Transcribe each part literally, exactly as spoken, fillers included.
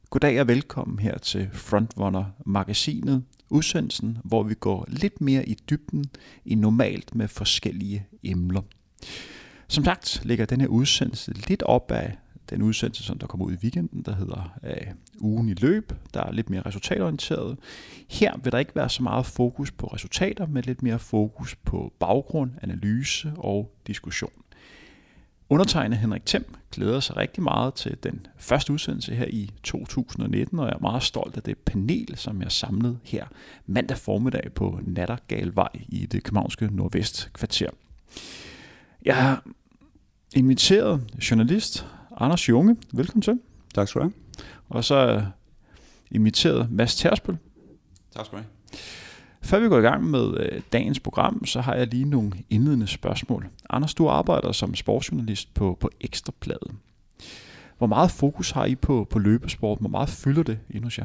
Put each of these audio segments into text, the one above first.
Goddag og velkommen her til Frontrunner-magasinet, udsendelsen, hvor vi går lidt mere i dybden end normalt med forskellige emner. Som sagt ligger den her udsendelse lidt op af den udsendelse, som der kommer ud i weekenden, der hedder øh, Ugen i løb, der er lidt mere resultatorienteret. Her vil der ikke være så meget fokus på resultater, men lidt mere fokus på baggrund, analyse og diskussion. Undertegnet Henrik Thiem glæder sig rigtig meget til den første udsendelse her i to tusind nitten, og jeg er meget stolt af det panel, som jeg har samlet her mandag formiddag på Nattergalvej i det københavnske Nordvestkvarter. Jeg har inviteret journalist Anders Junge. Velkommen til. Tak skal du have. Og så inviteret Mads Tersbøl. Tak skal du have. Før vi går i gang med dagens program, så har jeg lige nogle indledende spørgsmål. Anders, du arbejder som sportsjournalist på, på Ekstra Bladet. Hvor meget fokus har I på, på løbesport? Hvor meget fylder det inde hos jer?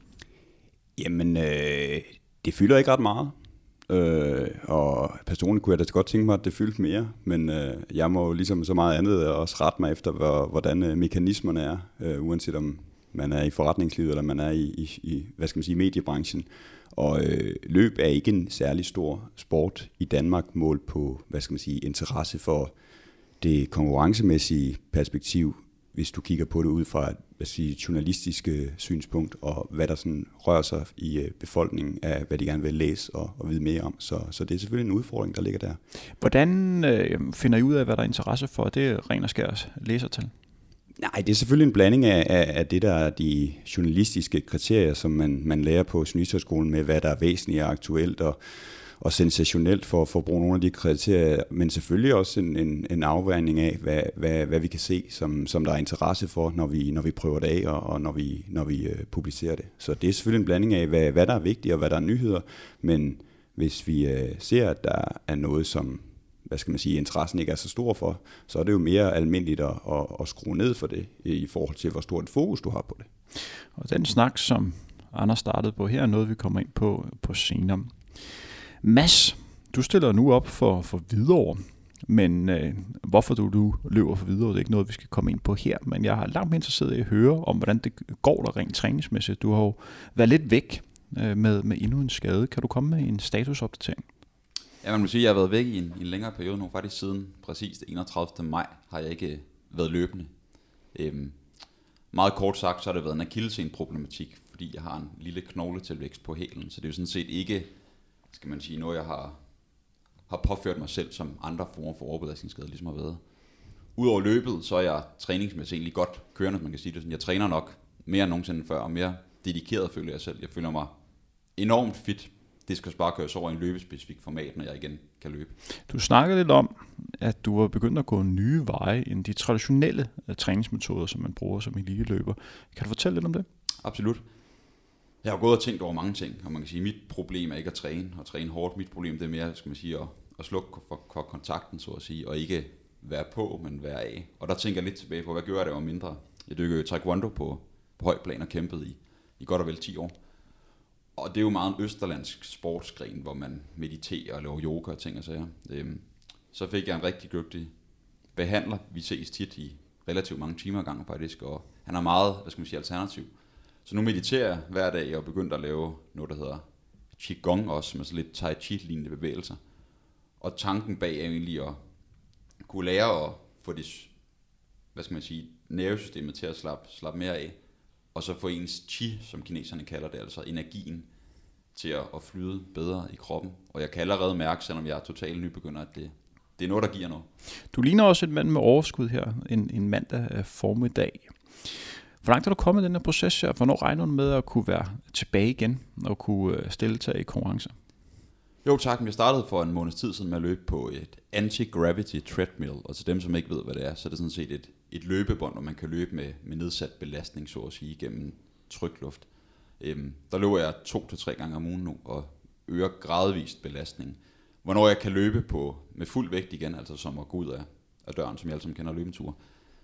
Jamen, øh, det fylder ikke ret meget. Øh, og personligt kunne jeg da godt tænke mig, at det fyldte mere. Men øh, jeg må jo ligesom så meget andet også rette mig efter, hvor, hvordan øh, mekanismerne er. Øh, uanset om man er i forretningslivet, eller man er i, i, i hvad skal man sige, mediebranchen. Og øh, løb er ikke en særlig stor sport i Danmark, målt på, hvad skal man sige, interesse for det konkurrencemæssige perspektiv, hvis du kigger på det ud fra et hvad skal sige, journalistiske synspunkt, og hvad der sådan rører sig i øh, befolkningen af, hvad de gerne vil læse og, og vide mere om. Så, så det er selvfølgelig en udfordring, der ligger der. Hvordan øh, finder I ud af, hvad der er interesse for? Det er ren og skærs læsertal. Nej, det er selvfølgelig en blanding af, af, af det, der er de journalistiske kriterier, som man, man lærer på Journalisthøjskolen med, hvad der er væsentligt og aktuelt og, og sensationelt for, for at bruge nogle af de kriterier, men selvfølgelig også en, en, en afvejning af, hvad, hvad, hvad vi kan se, som, som der er interesse for, når vi, når vi prøver det af og, og når vi, når vi uh, publicerer det. Så det er selvfølgelig en blanding af, hvad, hvad der er vigtigt og hvad der er nyheder, men hvis vi uh, ser, at der er noget, som hvad skal man sige, interessen ikke er så stor for, så er det jo mere almindeligt at, at, at skrue ned for det, i forhold til, hvor stort et fokus du har på det. Og den snak, som Anders startede på her, er noget, vi kommer ind på, på senere. Mads, du stiller nu op for, for Hvidovre, men øh, hvorfor du, du løber for Hvidovre, det er ikke noget, vi skal komme ind på her, men jeg har langt mere interesseret i at høre om, hvordan det går der rent træningsmæssigt. Du har jo været lidt væk øh, med, med endnu en skade. Kan du komme med en statusopdatering? Ja, man må sige, at jeg har været væk i en, i en længere periode nu. Faktisk siden præcis enogtredivte maj har jeg ikke været løbende. Øhm, meget kort sagt, så har det været en akillesseneproblematik, fordi jeg har en lille knogletilvækst på hælen. Så det er jo sådan set ikke, skal man sige, noget jeg har, har påført mig selv, som andre former for overbelastningsskader ligesom har været. Udover løbet, så er jeg træningsmæssigt egentlig godt kørende, man kan sige det sådan. Jeg træner nok mere end nogensinde før, og mere dedikeret føler jeg selv. Jeg føler mig enormt fit. Det skal bare køres over i en løbespecifik format, når jeg igen kan løbe. Du snakkede lidt om, at du var begyndt at gå nye veje end de traditionelle træningsmetoder, som man bruger som eliteløber. Kan du fortælle lidt om det? Absolut. Jeg har gået og tænkt over mange ting, og man kan sige, at mit problem er ikke at træne og træne hårdt. Mit problem det er mere, skal man sige, at, at slukke for, for kontakten, så at sige, og ikke være på, men være af. Og der tænker jeg lidt tilbage på, hvad gør jeg, det var mindre? Jeg dykkede jo taekwondo på, på højt plan og kæmpede i, i godt og vel ti år. Og det er jo meget en østerlandsk sportsgren, hvor man mediterer og laver yoga og ting og sager. Så fik jeg en rigtig dygtig behandler. Vi ses tit i relativt mange timer ad gangen faktisk, og han er meget, hvad skal man sige, alternativ. Så nu mediterer jeg hver dag og begyndt at lave noget, der hedder Qigong også, med så lidt Tai Chi-lignende bevægelser. Og tanken bag er egentlig at kunne lære at få det, hvad skal man sige, nervesystemet til at slappe, slappe mere af. Og så få ens chi, som kineserne kalder det, altså energien, til at, at flyde bedre i kroppen. Og jeg kan allerede mærke, selvom jeg er totalt nybegynder, at det, det er noget, der giver noget. Du ligner også en mand med overskud her, en, en mandag formiddag. Hvor langt er du kommet i den her proces her? Hvornår regner du med at kunne være tilbage igen og kunne stille sig i konkurrence? Jo tak, jeg startede for en måneds tid siden med at løbe på et anti-gravity treadmill. Og til dem, som ikke ved, hvad det er, så er det sådan set et, et løbebånd, hvor man kan løbe med, med nedsat belastning, så at sige, gennem trykluft. Øhm, der løber jeg to til tre gange om ugen nu, og øger gradvist belastning. Hvornår jeg kan løbe på med fuld vægt igen, altså som at gå ud af, af døren, som jeg alle sammen kender løbeture.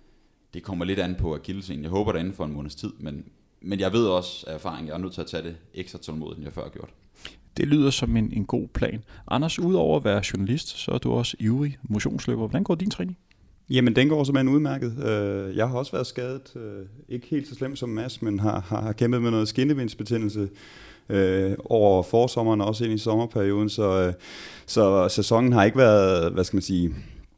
Det kommer lidt an på akillescenen. Jeg håber, det er inden for en måneds tid, men, men jeg ved også af erfaring, at jeg er nødt til at tage det ekstra tålmodigt, end jeg før har gjort. Det lyder som en, en god plan. Anders, udover at være journalist, så er du også ivrig motionsløber. Hvordan går din træning? Jamen, den går simpelthen udmærket. Jeg har også været skadet, ikke helt så slemt som Mads, men har, har kæmpet med noget skinnebindsbetændelse over forsommeren og også ind i sommerperioden, så, så sæsonen har ikke været, hvad skal man sige,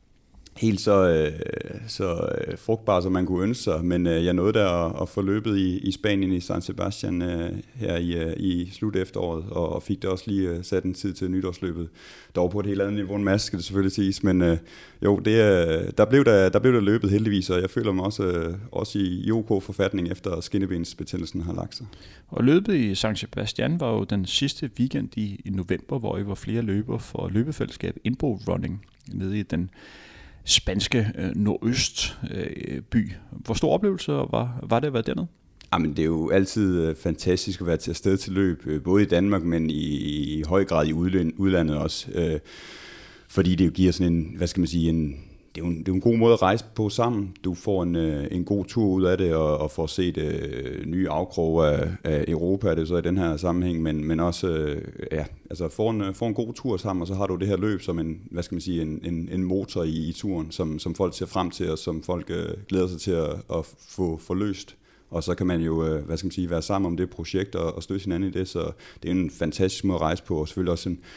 helt så, øh, så øh, frugtbar, som man kunne ønske sig, men øh, jeg nåede der at, at få løbet i, i Spanien i San Sebastian øh, her i, øh, i slut efteråret, og, og fik det også lige øh, sat en tid til nytårsløbet. Dog på et helt andet niveau en masse, skal det selvfølgelig siges, men øh, jo, det, øh, der, blev der, der blev der løbet heldigvis, og jeg føler mig også, øh, også i, i OK-forfatning efter skinnebensbetændelsen har lagt sig. Og løbet i San Sebastian var jo den sidste weekend i, i november, hvor I var flere løbere for løbefællesskab Inbro Running nede i den spanske øh, nordøstby. Øh, Hvor stor oplevelse var, var det at være dernede? Jamen, det er jo altid øh, fantastisk at være til afsted til løb, øh, både i Danmark, men i, i høj grad i udlandet også. Øh, fordi det jo giver sådan en, hvad skal man sige, en, det er jo en, det er en god måde at rejse på sammen. Du får en, øh, en god tur ud af det, og, og får set øh, nye afkroge af, af Europa, er det så i den her sammenhæng, men, men også øh, ja, altså får, en, får en god tur sammen, og så har du det her løb som en, hvad skal man sige, en, en, en motor i, i turen, som, som folk ser frem til, og som folk øh, glæder sig til at, at få, få løst. Og så kan man jo, øh, hvad skal man sige, være sammen om det projekt og, og støtte hinanden i det, så det er en fantastisk måde at rejse på, og selvfølgelig også en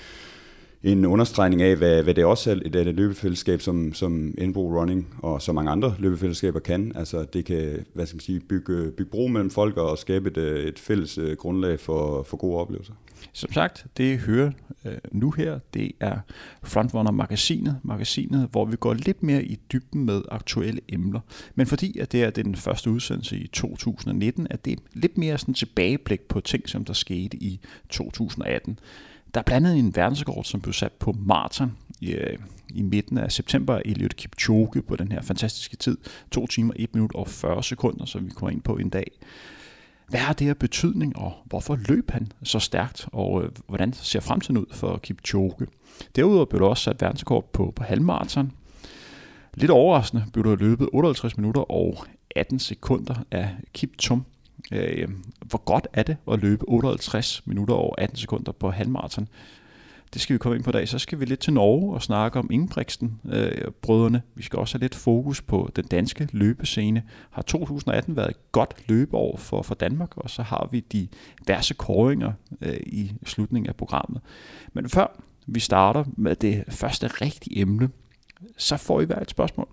En understregning af, hvad, hvad det også er et, et løbefællesskab, som, som Inbro Running og så mange andre løbefællesskaber kan. Altså det kan, hvad skal man sige, bygge, bygge bro mellem folk og skabe et, et fælles grundlag for, for gode oplevelser. Som sagt, det I hører øh, nu her, det er Frontrunner-magasinet, magasinet, hvor vi går lidt mere i dybden med aktuelle emner. Men fordi at det er den første udsendelse i to tusind nitten, at det er lidt mere sådan tilbageblik på ting, som der skete i to tusind atten. Der er blandt andet en verdensrekord, som blev sat på maraton i, i midten af september af Eliud Kipchoge på den her fantastiske tid. to timer, et minut og fyrre sekunder, som vi kommer ind på en dag. Hvad har det her betydning, og hvorfor løb han så stærkt, og øh, hvordan ser fremtiden ud for Kipchoge? Derudover blev der også sat verdensrekord på, på halvmaraton. Lidt overraskende blev der løbet otteoghalvtreds minutter og atten sekunder af Kiptum. Øh, hvor godt er det at løbe otteoghalvtreds minutter og atten sekunder på halvmaraton? Det skal vi komme ind på i dag. Så skal vi lidt til Norge og snakke om Ingebrigtsen-brødrene. Øh, vi skal også have lidt fokus på den danske løbescene. Har to tusind atten været et godt løbeår for, for Danmark, og så har vi de diverse kåringer øh, i slutningen af programmet. Men før vi starter med det første rigtige emne, så får I hver et spørgsmål.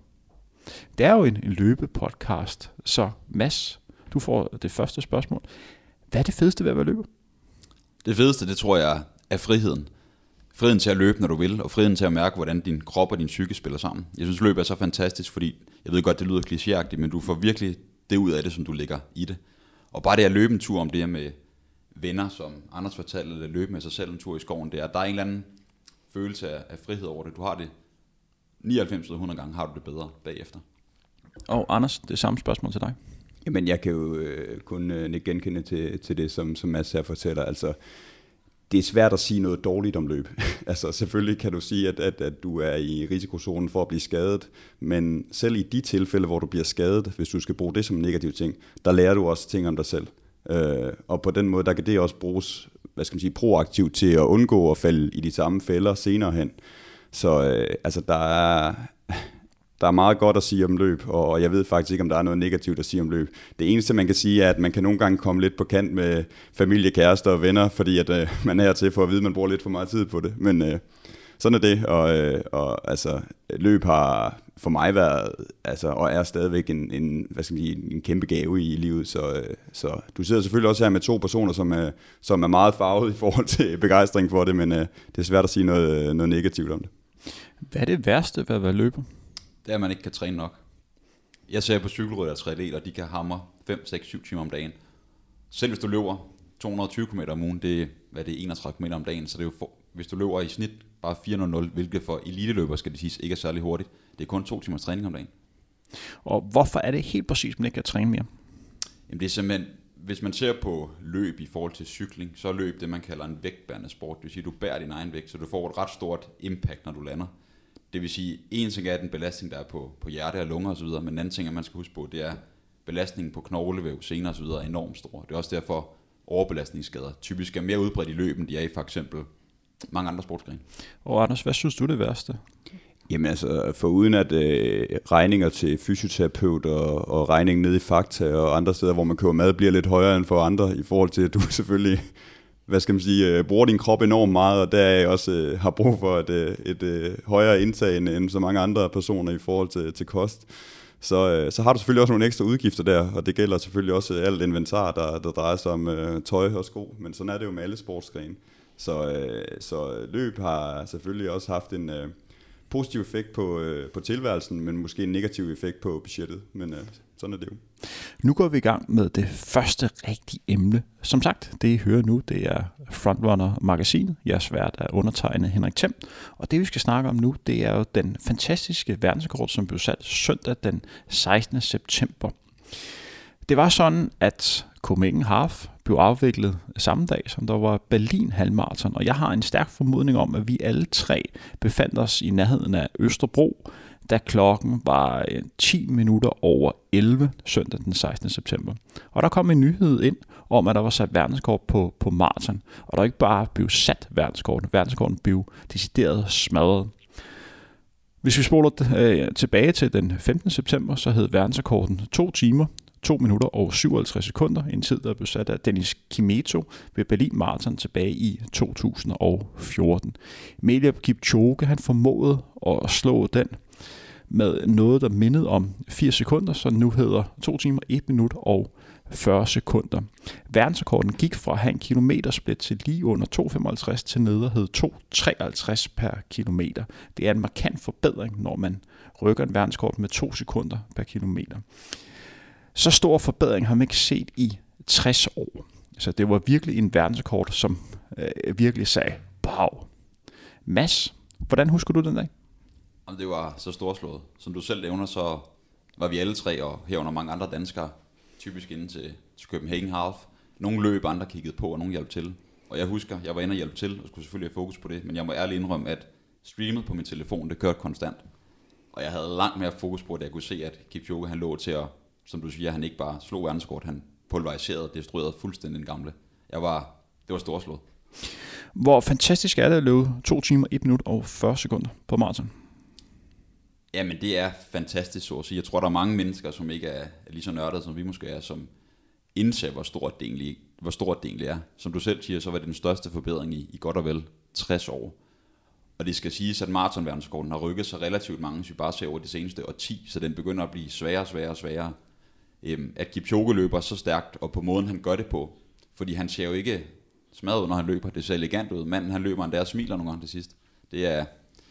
Det er jo en, en løbepodcast, så Mads, du får det første spørgsmål. Hvad er det fedeste ved at være løber? Det fedeste, det tror jeg, er friheden. Friheden til at løbe, når du vil, og friheden til at mærke, hvordan din krop og din psyke spiller sammen. Jeg synes, løb er så fantastisk, fordi jeg ved godt, det lyder klichéagtigt, men du får virkelig det ud af det, som du lægger i det. Og bare det at løbe en tur, om det er med venner, som Anders fortalte, eller løbe med sig selv en tur i skoven, det er, der er en eller anden følelse af, af frihed over det. Du har det nioghalvfems ud af hundrede gange, har du det bedre bagefter. Og Anders, det er samme spørgsmål til dig. Jamen, jeg kan jo øh, kun øh, ikke genkende til, til det, som, som Mads her fortæller. Altså, det er svært at sige noget dårligt om løb. Altså, selvfølgelig kan du sige, at, at, at du er i risikozonen for at blive skadet, men selv i de tilfælde, hvor du bliver skadet, hvis du skal bruge det som en negativ ting, der lærer du også ting om dig selv. Øh, og på den måde, der kan det også bruges, hvad skal man sige, proaktivt til at undgå at falde i de samme fælder senere hen. Så øh, altså, der er... Der er meget godt at sige om løb, og jeg ved faktisk ikke, om der er noget negativt at sige om løb. Det eneste, man kan sige, er, at man kan nogle gange komme lidt på kant med familie, kærester og venner, fordi at, øh, man er her til for at vide, at man bruger lidt for meget tid på det. Men øh, sådan er det, og, øh, og altså, løb har for mig været, altså, og er stadigvæk en, en, hvad skal man sige, en kæmpe gave i livet. Så, øh, så du sidder selvfølgelig også her med to personer, som er, som er meget farvet i forhold til begejstring for det, men øh, det er svært at sige noget, noget negativt om det. Hvad er det værste ved at være løber? Det er, at man ikke kan træne nok. Jeg ser på cykelrytter og triatleter, de kan hamre fem, seks, syv timer om dagen. Selv hvis du løber to hundrede og tyve kilometer om ugen, det er, hvad det er, enogtredive kilometer om dagen, så det er jo for, hvis du løber i snit bare fire nul nul, hvilket for eliteløber skal det siges ikke er særlig hurtigt, det er kun to timers træning om dagen. Og hvorfor er det helt præcis, man ikke kan træne mere? Jamen det er simpelthen, hvis man ser på løb i forhold til cykling, så er løb det, man kalder en vægtbærende sport. Det vil sige, at du bærer din egen vægt, så du får et ret stort impact, når du lander. Det vil sige, en ting er den belastning, der er på, på hjerte og lunger osv., men en anden ting, man skal huske på, det er belastningen på knoglevæv, sener osv. er enormt stor. Det er også derfor, overbelastningsskader typisk er mere udbredt i løb, end de er i for eksempel mange andre sportsgrene. Og Anders, hvad synes du det værste? Jamen altså, for uden at øh, regninger til fysioterapeut og, og regningen nede i Fakta og andre steder, hvor man køber mad, bliver lidt højere end for andre, i forhold til, at du selvfølgelig, hvad skal man sige, øh, bruger din krop enormt meget, og der også øh, har brug for et, øh, et øh, højere indtag end, end så mange andre personer i forhold til, til kost. Så, øh, så har du selvfølgelig også nogle ekstra udgifter der, og det gælder selvfølgelig også alt inventar, der, der drejer sig om øh, tøj og sko, men sådan er det jo med alle sportsgrene. Så, øh, så løb har selvfølgelig også haft en øh, positiv effekt på, øh, på tilværelsen, men måske en negativ effekt på budgettet, men øh, sådan er det jo. Nu går vi i gang med det første rigtige emne. Som sagt, det I hører nu, det er Frontrunner-magasinet. Jeres vært er undertegnet Henrik Thiem, og det vi skal snakke om nu, det er jo den fantastiske verdensrekord, som blev sat søndag den sekstende september. Det var sådan, at Copenhagen Half blev afviklet samme dag, som der var Berlin halvmarathon, og jeg har en stærk formodning om, at vi alle tre befandt os i nærheden af Østerbro, da klokken var ti minutter over elleve søndag den sekstende september. Og der kom en nyhed ind om, at der var sat verdensrekord på, på maraton, og der ikke bare blev sat verdensrekord, verdensrekorden blev decideret smadret. Hvis vi spoler øh, tilbage til den femtende september, så hed verdensrekorden to timer, to minutter og syvoghalvtreds sekunder, en tid, der blev sat af Dennis Kimetto ved Berlin Marathon tilbage i to tusind og fjorten. Eliud Kipchoge, han formåede at slå den med noget, der mindede om firs sekunder, så nu hedder to timer, et minut og fyrre sekunder. Verdensrekorden gik fra at have en kilometersplit til lige under to femoghalvtreds til ned og hed to treoghalvtreds per kilometer. Det er en markant forbedring, når man rykker en verdensrekord med to sekunder per kilometer. Så stor forbedring har man ikke set i tres år. Så det var virkelig en verdensrekord, som øh, virkelig sagde, wow. Mads, hvordan husker du den dag? Det var så storslået. Som du selv nævner, så var vi alle tre, og herunder mange andre danskere, typisk inde til, til Copenhagen Half. Nogle løb, andre kiggede på, og nogle hjalp til. Og jeg husker, jeg var inde og hjælpe til, og skulle selvfølgelig have fokus på det, men jeg må ærligt indrømme, at streamet på min telefon, det kørte konstant. Og jeg havde langt mere fokus på, at jeg kunne se, at Kipchoge, han lå til at, som du siger, han ikke bare slog verdenskort, han pulveriserede, destruerede fuldstændig den gamle. Jeg var, det var storslået. Hvor fantastisk er det at løbe to timer, et minut og fyrre sekunder på maraton? Jamen det er fantastisk, så at sige. Jeg tror, der er mange mennesker, som ikke er lige så nørdede, som vi måske er, som indser, hvor stort det egentlig, hvor stort det egentlig er. Som du selv siger, så var det den største forbedring i, i godt og vel tres år. Og det skal siges, at maratonverdensrekorden har rykket sig relativt mange, hvis vi bare ser over de seneste årti, så den begynder at blive sværere og sværere og sværere. Øhm, at Kipchoge løber så stærkt, og på måden han gør det på, fordi han ser jo ikke smadret ud, når han løber. Det ser elegant ud. Manden han løber, han der smiler nogle gange til sidst. Det er,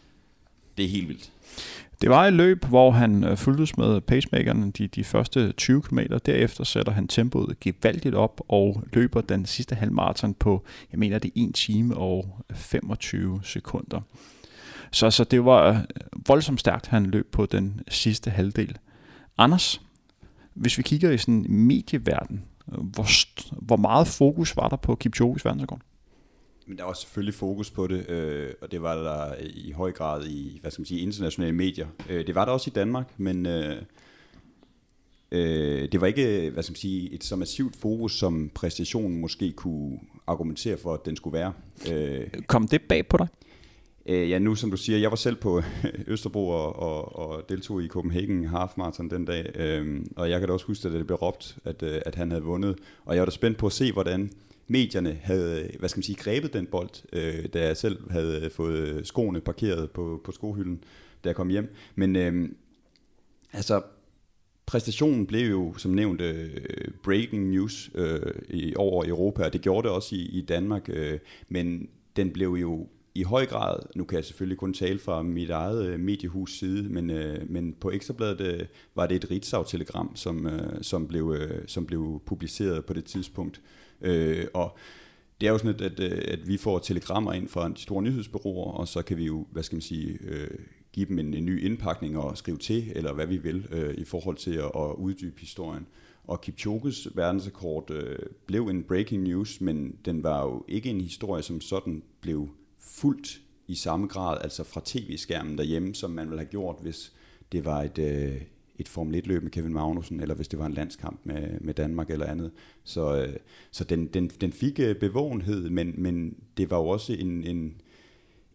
det er helt vildt. Det var et løb, hvor han fulgtes med pacemakeren de, de første tyve kilometer. Derefter sætter han tempoet gevaldigt op og løber den sidste halvmarathon på, jeg mener det er en time og femogtyve sekunder. Så, så det var voldsomt stærkt, han løb på den sidste halvdel. Anders, hvis vi kigger i sådan en medieverden, hvor, hvor meget fokus var der på Kipchoges verdensrekord? Men der var selvfølgelig fokus på det, øh, og det var der i høj grad i, hvad skal man sige, internationale medier. Øh, det var der også i Danmark, men øh, øh, det var ikke, hvad skal man sige, et så massivt fokus, som præstationen måske kunne argumentere for, at den skulle være. Øh, Kom det bag på dig? Øh, ja, nu som du siger, jeg var selv på Østerbro og, og, og deltog i Copenhagen Half Marathon den dag, øh, og jeg kan da også huske, at det blev råbt, at, at han havde vundet, og jeg var da spændt på at se, hvordan medierne havde, hvad skal man sige, grebet den bold, øh, da jeg selv havde fået skoene parkeret på, på skohylden, da jeg kom hjem. Men øh, altså, præstationen blev jo, som nævnt, øh, breaking news øh, i, over Europa, og det gjorde det også i, i Danmark, øh, men den blev jo i høj grad, nu kan jeg selvfølgelig kun tale fra mit eget øh, mediehus side, men, øh, men på Ekstrabladet øh, var det et Ritzau-telegram, som, øh, som, blev, øh, som blev publiceret på det tidspunkt. Øh, og det er jo sådan, at, at, at vi får telegrammer ind fra de store nyhedsbureauer, og så kan vi jo, hvad skal man sige, øh, give dem en, en ny indpakning og skrive til, eller hvad vi vil, øh, i forhold til at, at uddybe historien. Og Kipchoges verdensrekord øh, blev en breaking news, men den var jo ikke en historie, som sådan blev fuldt i samme grad, altså fra tv-skærmen derhjemme, som man ville have gjort, hvis det var et, øh, et Formel et-løb med Kevin Magnussen, eller hvis det var en landskamp med, med Danmark eller andet. Så, øh, så den, den, den fik øh, bevågenhed, men, men det var jo også en, en,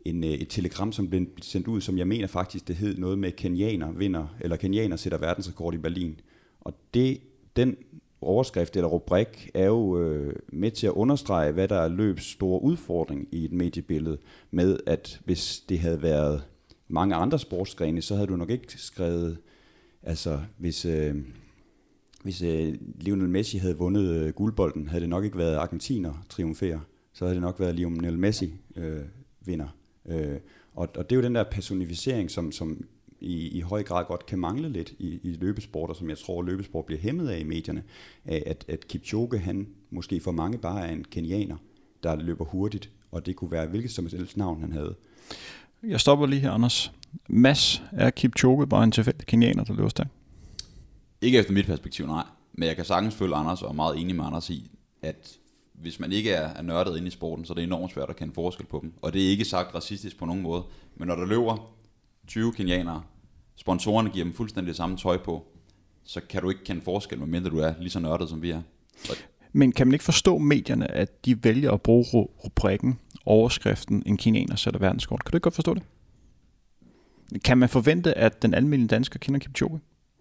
en, et telegram, som blev sendt ud, som jeg mener faktisk, det hed noget med kenianer vinder, eller kenianer sætter verdensrekord i Berlin. Og det, den overskrift eller rubrik er jo øh, med til at understrege, hvad der er løbs store udfordring i et mediebillede, med at hvis det havde været mange andre sportsgrene, så havde du nok ikke skrevet, altså hvis, øh, hvis øh, Lionel Messi havde vundet øh, guldbolden, havde det nok ikke været argentiner triumferer, så havde det nok været Lionel Messi øh, vinder. Øh, og, og det er jo den der personificering, som, som i, i høj grad godt kan mangle lidt i, i løbesport, og som jeg tror, løbesport bliver hæmmet af i medierne, af at, at Kipchoge, han måske for mange bare er en kenianer, der løber hurtigt, og det kunne være hvilket som helst navn, han havde. Jeg stopper lige her, Anders. Mads, er Kipchoge bare en tilfældig kenianer, der løber stærkt? Ikke efter mit perspektiv, nej. Men jeg kan sagtens følge Anders, og er meget enig med Anders i, at hvis man ikke er, er nørdet inde i sporten, så er det enormt svært at kende forskel på dem. Og det er ikke sagt racistisk på nogen måde. Men når der løber tyve kenianere, sponsorerne giver dem fuldstændig det samme tøj på, så kan du ikke kende forskel, medmindre du er lige så nørdet, som vi er. Og men kan man ikke forstå medierne, at de vælger at bruge rubrikken, overskriften, en kenianer sætter verdenskort? Kan du ikke godt forstå det? Kan man forvente, at den almindelige dansker kender Kipchoge?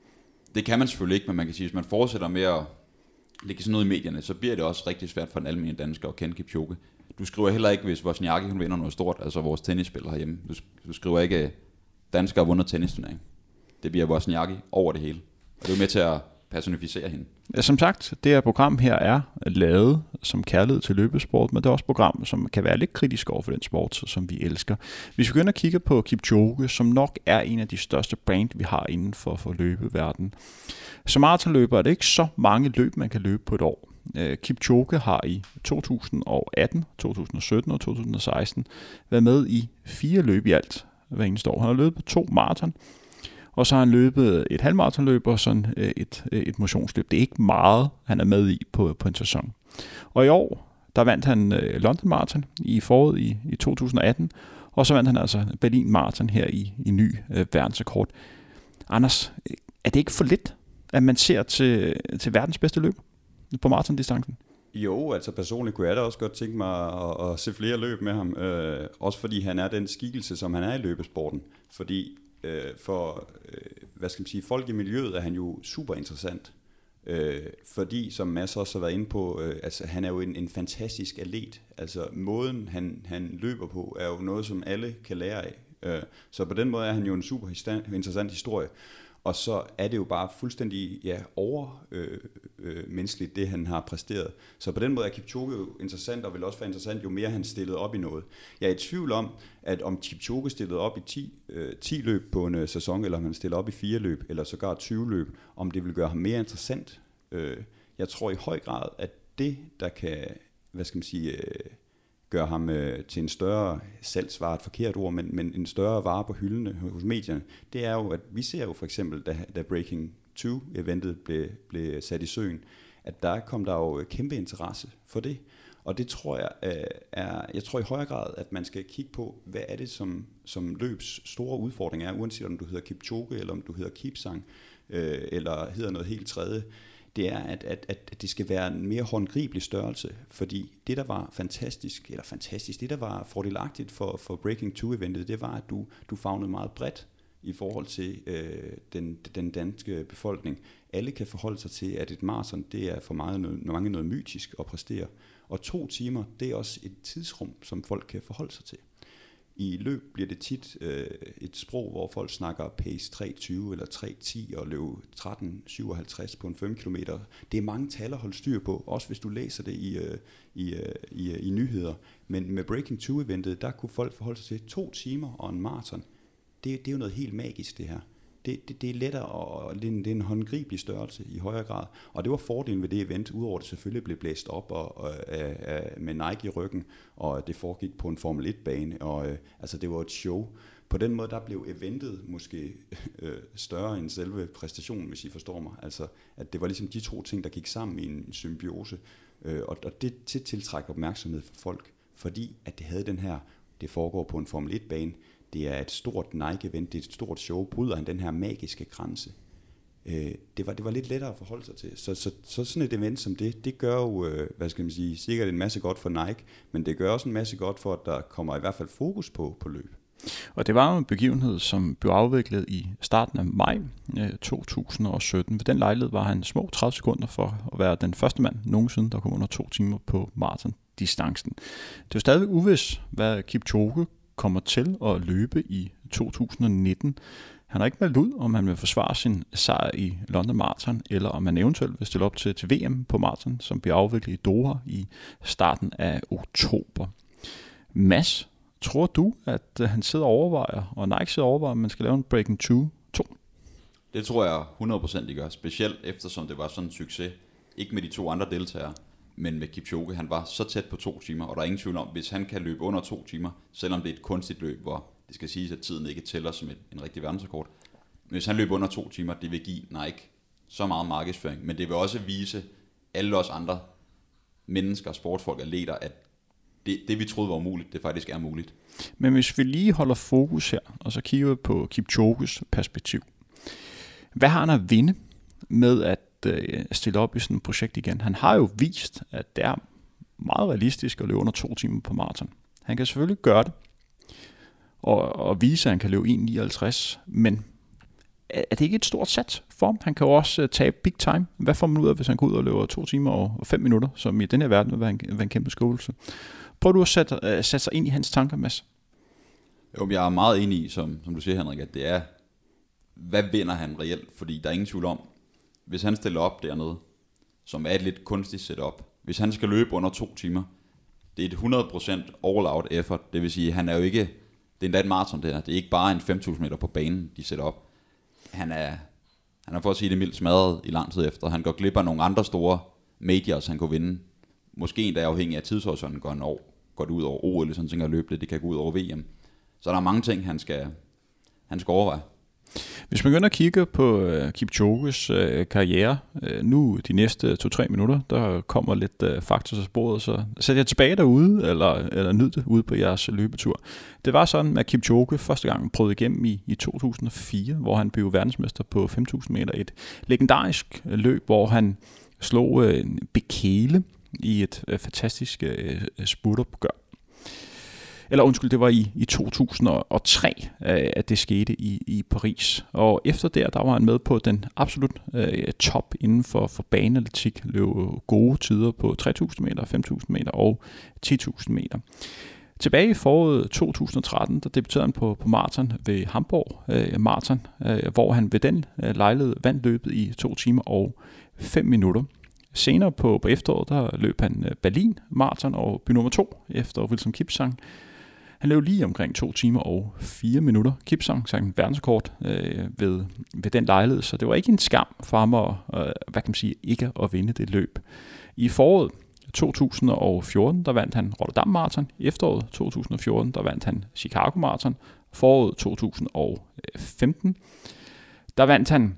Det kan man selvfølgelig ikke, men man kan sige, at hvis man fortsætter med at lægge sådan noget i medierne, så bliver det også rigtig svært for den almindelige dansker at kende Kipchoge. Du skriver heller ikke, hvis Wozniacki hun vinder noget stort, altså vores tennisspiller herhjemme. Du, du skriver ikke, danskere har vundet tennisturnering. Det bliver Wozniacki over det hele. Og det er jo med til at personificere hende. Ja, som sagt, det her program her er lavet som kærlighed til løbesport, men det er også et program, som kan være lidt kritisk over for den sport, som vi elsker. Hvis vi begynder at kigge på Kipchoge, som nok er en af de største brand, vi har inden for, for løbeverdenen. Som maratonløber er det ikke så mange løb, man kan løbe på et år. Kipchoge har i to tusind atten, to tusind sytten og to tusind seksten været med i fire løb i alt hver eneste år. Han har løbet to maraton, og så har han løbet et halvmaratonløb og sådan et, et motionsløb. Det er ikke meget, han er med i på, på en sæson. Og i år, der vandt han London Marathon i foråret i, i to tusind atten, og så vandt han altså Berlin Marathon her i, i ny øh, verdensrekord. Anders, er det ikke for lidt, at man ser til, til verdens bedste løb på maratondistancen? Jo, altså personligt kunne jeg da også godt tænke mig at, at se flere løb med ham. Øh, også fordi han er den skikkelse, som han er i løbesporten. Fordi øh, for øh, hvad skal man sige, folk i miljøet er han jo super interessant. Øh, fordi, som Mads også har været inde på, øh, altså han er jo en, en fantastisk atlet. Altså måden han, han løber på er jo noget, som alle kan lære af. Øh, så på den måde er han jo en super interessant historie. Og så er det jo bare fuldstændig ja, over øh, øh, menneskeligt, det han har præsteret. Så på den måde er Kipchoge jo interessant, og vil også være interessant, jo mere han stillede op i noget. Jeg er i tvivl om, at om Kipchoge stillede op i ti, øh, ti løb på en øh, sæson, eller om han stillede op i fire løb, eller sågar tyve løb, om det vil gøre ham mere interessant. Øh, jeg tror i høj grad, at det, der kan, hvad skal man sige, øh, gøre ham øh, til en større salgsvare, et forkert ord, men, men en større vare på hyldene hos medierne, det er jo, at vi ser jo for eksempel, da, da Breaking to-eventet blev, blev sat i søen, at der kom der jo kæmpe interesse for det. Og det tror jeg øh, er, jeg tror i højere grad, at man skal kigge på, hvad er det, som, som løbs store udfordring er, uanset om du hedder Kipchoge, eller om du hedder Kipsang, øh, eller hedder noget helt tredje. Det er, at, at, at det skal være en mere håndgribelig størrelse, fordi det, der var fantastisk, eller fantastisk, det, der var fordelagtigt for, for Breaking to-eventet, det var, at du, du favnede meget bredt i forhold til øh, den, den danske befolkning. Alle kan forholde sig til, at et maraton, det er for meget noget, mange noget mytisk at præstere. Og to timer, det er også et tidsrum, som folk kan forholde sig til. I løb bliver det tit øh, et sprog, hvor folk snakker pace tre tyve eller tre ti og løb tretten syvoghalvtreds på en fem kilometer. Det er mange tal at holde styr på, også hvis du læser det i, øh, i, øh, i, i nyheder. Men med Breaking to-eventet, der kunne folk forholde sig til to timer og en maraton. Det, det er jo noget helt magisk, det her. Det, det, det er lettere, og det er, en, det er en håndgribelig størrelse i højere grad. Og det var fordelen ved det event, udover det selvfølgelig blev blæst op og, og, og, med Nike i ryggen, og det foregik på en Formel et-bane, og øh, altså det var et show. På den måde, der blev eventet måske øh, større end selve præstationen, hvis I forstår mig. Altså, at det var ligesom de to ting, der gik sammen i en symbiose, øh, og, og det til tiltrækker opmærksomhed for folk, fordi at det havde den her, det foregår på en Formel et-bane, det er et stort Nike-event, det er et stort show. Bryder han den her magiske grænse? øh, det, var, det var lidt lettere at forholde sig til. Så, så, så sådan et event som det, det gør jo, øh, hvad skal man sige, sikkert en masse godt for Nike, men det gør også en masse godt for, at der kommer i hvert fald fokus på, på løb. Og det var jo en begivenhed, som blev afviklet i starten af maj to tusind og sytten. Ved den lejlighed var han små tredive sekunder for at være den første mand nogensinde, der kom under to timer på maratondistancen. Det er jo stadig uvis, hvad Kipchoge kommer til at løbe i to tusind og nitten. Han har ikke meldt ud, om han vil forsvare sin sejr i London Marathon, eller om han eventuelt vil stille op til, til V M på maraton, som bliver afviklet i Doha i starten af oktober. Mads, tror du, at han sidder og overvejer, og Nike sidder og overvejer, at man skal lave en Breaking to? Det tror jeg hundrede procent de gør, specielt eftersom det var sådan en succes. Ikke med de to andre deltagere, men med Kipchoge. Han var så tæt på to timer, og der er ingen tvivl om, hvis han kan løbe under to timer, selvom det er et kunstigt løb, hvor det skal siges, at tiden ikke tæller som et, en rigtig verdensrekord. Men hvis han løber under to timer, det vil give Nike så meget markedsføring, men det vil også vise alle os andre mennesker, sportsfolk, atleter, at det, det vi troede var umuligt, det faktisk er muligt. Men hvis vi lige holder fokus her, og så kigger på Kipchoges perspektiv. Hvad har han at vinde med at øh, stille op i sådan et projekt igen? Han har jo vist, at det er meget realistisk at løbe under to timer på maraton. Han kan selvfølgelig gøre det, og, og vise, at han kan løbe en nioghalvtreds, men er det ikke et stort sats for ham? Han kan jo også uh, tabe big time. Hvad får man ud af, hvis han går ud og løber to timer og, og fem minutter, som i den her verden vil være en, være en kæmpe skuffelse? Prøv du at sætte, uh, sætte sig ind i hans tanker, Mads? Jo, jeg er meget enig i, som, som du siger, Henrik, at det er, hvad vinder han reelt? Fordi der er ingen tvivl om, hvis han stiller op dernede, som er et lidt kunstigt setup, hvis han skal løbe under to timer, det er et hundrede procent all-out effort. Det vil sige, han er jo ikke, det er endda et maraton det her, det er ikke bare en fem tusind meter på banen, de sætter op. Han er, han er for at sige det mildt smadret i lang tid efter. Han går glip af nogle andre store majors, han kunne vinde. Måske endda afhængig af tidshorisonten går, han over, går det ud over O L, eller sådan ting at løbe det, det kan gå ud over V M. Så der er mange ting, han skal, han skal overveje. Hvis man begynder at kigge på uh, Kipchoges uh, karriere, uh, nu de næste to-tre minutter, der kommer lidt uh, fakta til sporet, så sæt jer tilbage derude, eller, eller nyd det ude på jeres løbetur. Det var sådan, at Kipchoge første gang prøvede igennem i, i to tusind og fire, hvor han blev verdensmester på fem tusind meter. Et legendarisk løb, hvor han slog uh, en Bekele i et uh, fantastisk uh, spurteropgør. Eller undskyld, det var i, i to tusind og tre, øh, at det skete i, i Paris. Og efter der, der var han med på den absolut øh, top inden for, for baneatletik. Løb gode tider på tre tusind meter, fem tusind meter og ti tusind meter. Tilbage i foråret to tusind og tretten, der debuterede han på, på maraton ved Hamburg øh, Marathon, øh, hvor han ved den øh, lejlighed vandt løbet i to timer og fem minutter. Senere på, på efteråret, der løb han Berlin Marathon og by nummer to efter Wilson Kipsang. Han løb lige omkring to timer og fire minutter. Kipsang sagde en verdenskort øh, ved, ved den lejlighed, så det var ikke en skam for ham at, øh, hvad kan man sige, ikke at vinde det løb. I foråret to tusind og fjorten, der vandt han Rotterdam Marathon. I efteråret to tusind og fjorten, der vandt han Chicago Marathon. Foråret to tusind og femten, der vandt han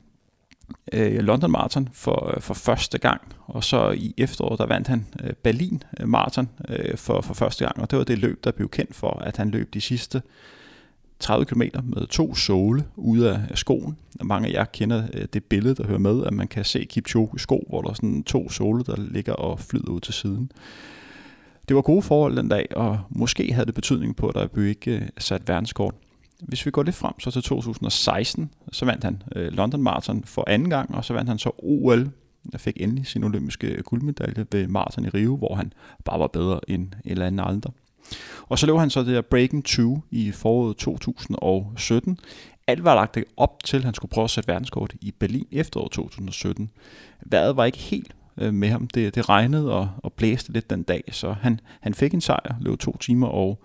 øh, London Marathon for, for første gang, og så i efteråret, der vandt han øh, Berlin Marathon øh, for, for første gang, og det var det løb, der blev kendt for, at han løb de sidste tredive kilometer med to såle ude af skoen. Mange af jer kender øh, det billede, der hører med, at man kan se Kipchoge sko, hvor der er sådan to såle, der ligger og flyder ud til siden. Det var gode forhold den dag, og måske havde det betydning på, at der blev ikke øh, sat verdenskort. Hvis vi går lidt frem så til to tusind og seksten, så vandt han øh, London Marathon for anden gang, og så vandt han så O L, der fik endelig sin olympiske guldmedalje ved marathon i Rio, hvor han bare var bedre end eller anden andre. Og så løb han så det der Breaking to i foråret to tusind og sytten. Alt var lagt op til, at han skulle prøve at sætte verdenskort i Berlin efteråret to tusind og sytten. Vejret var ikke helt øh, med ham. Det, det regnede og, og blæste lidt den dag, så han, han fik en sejr, løb to timer og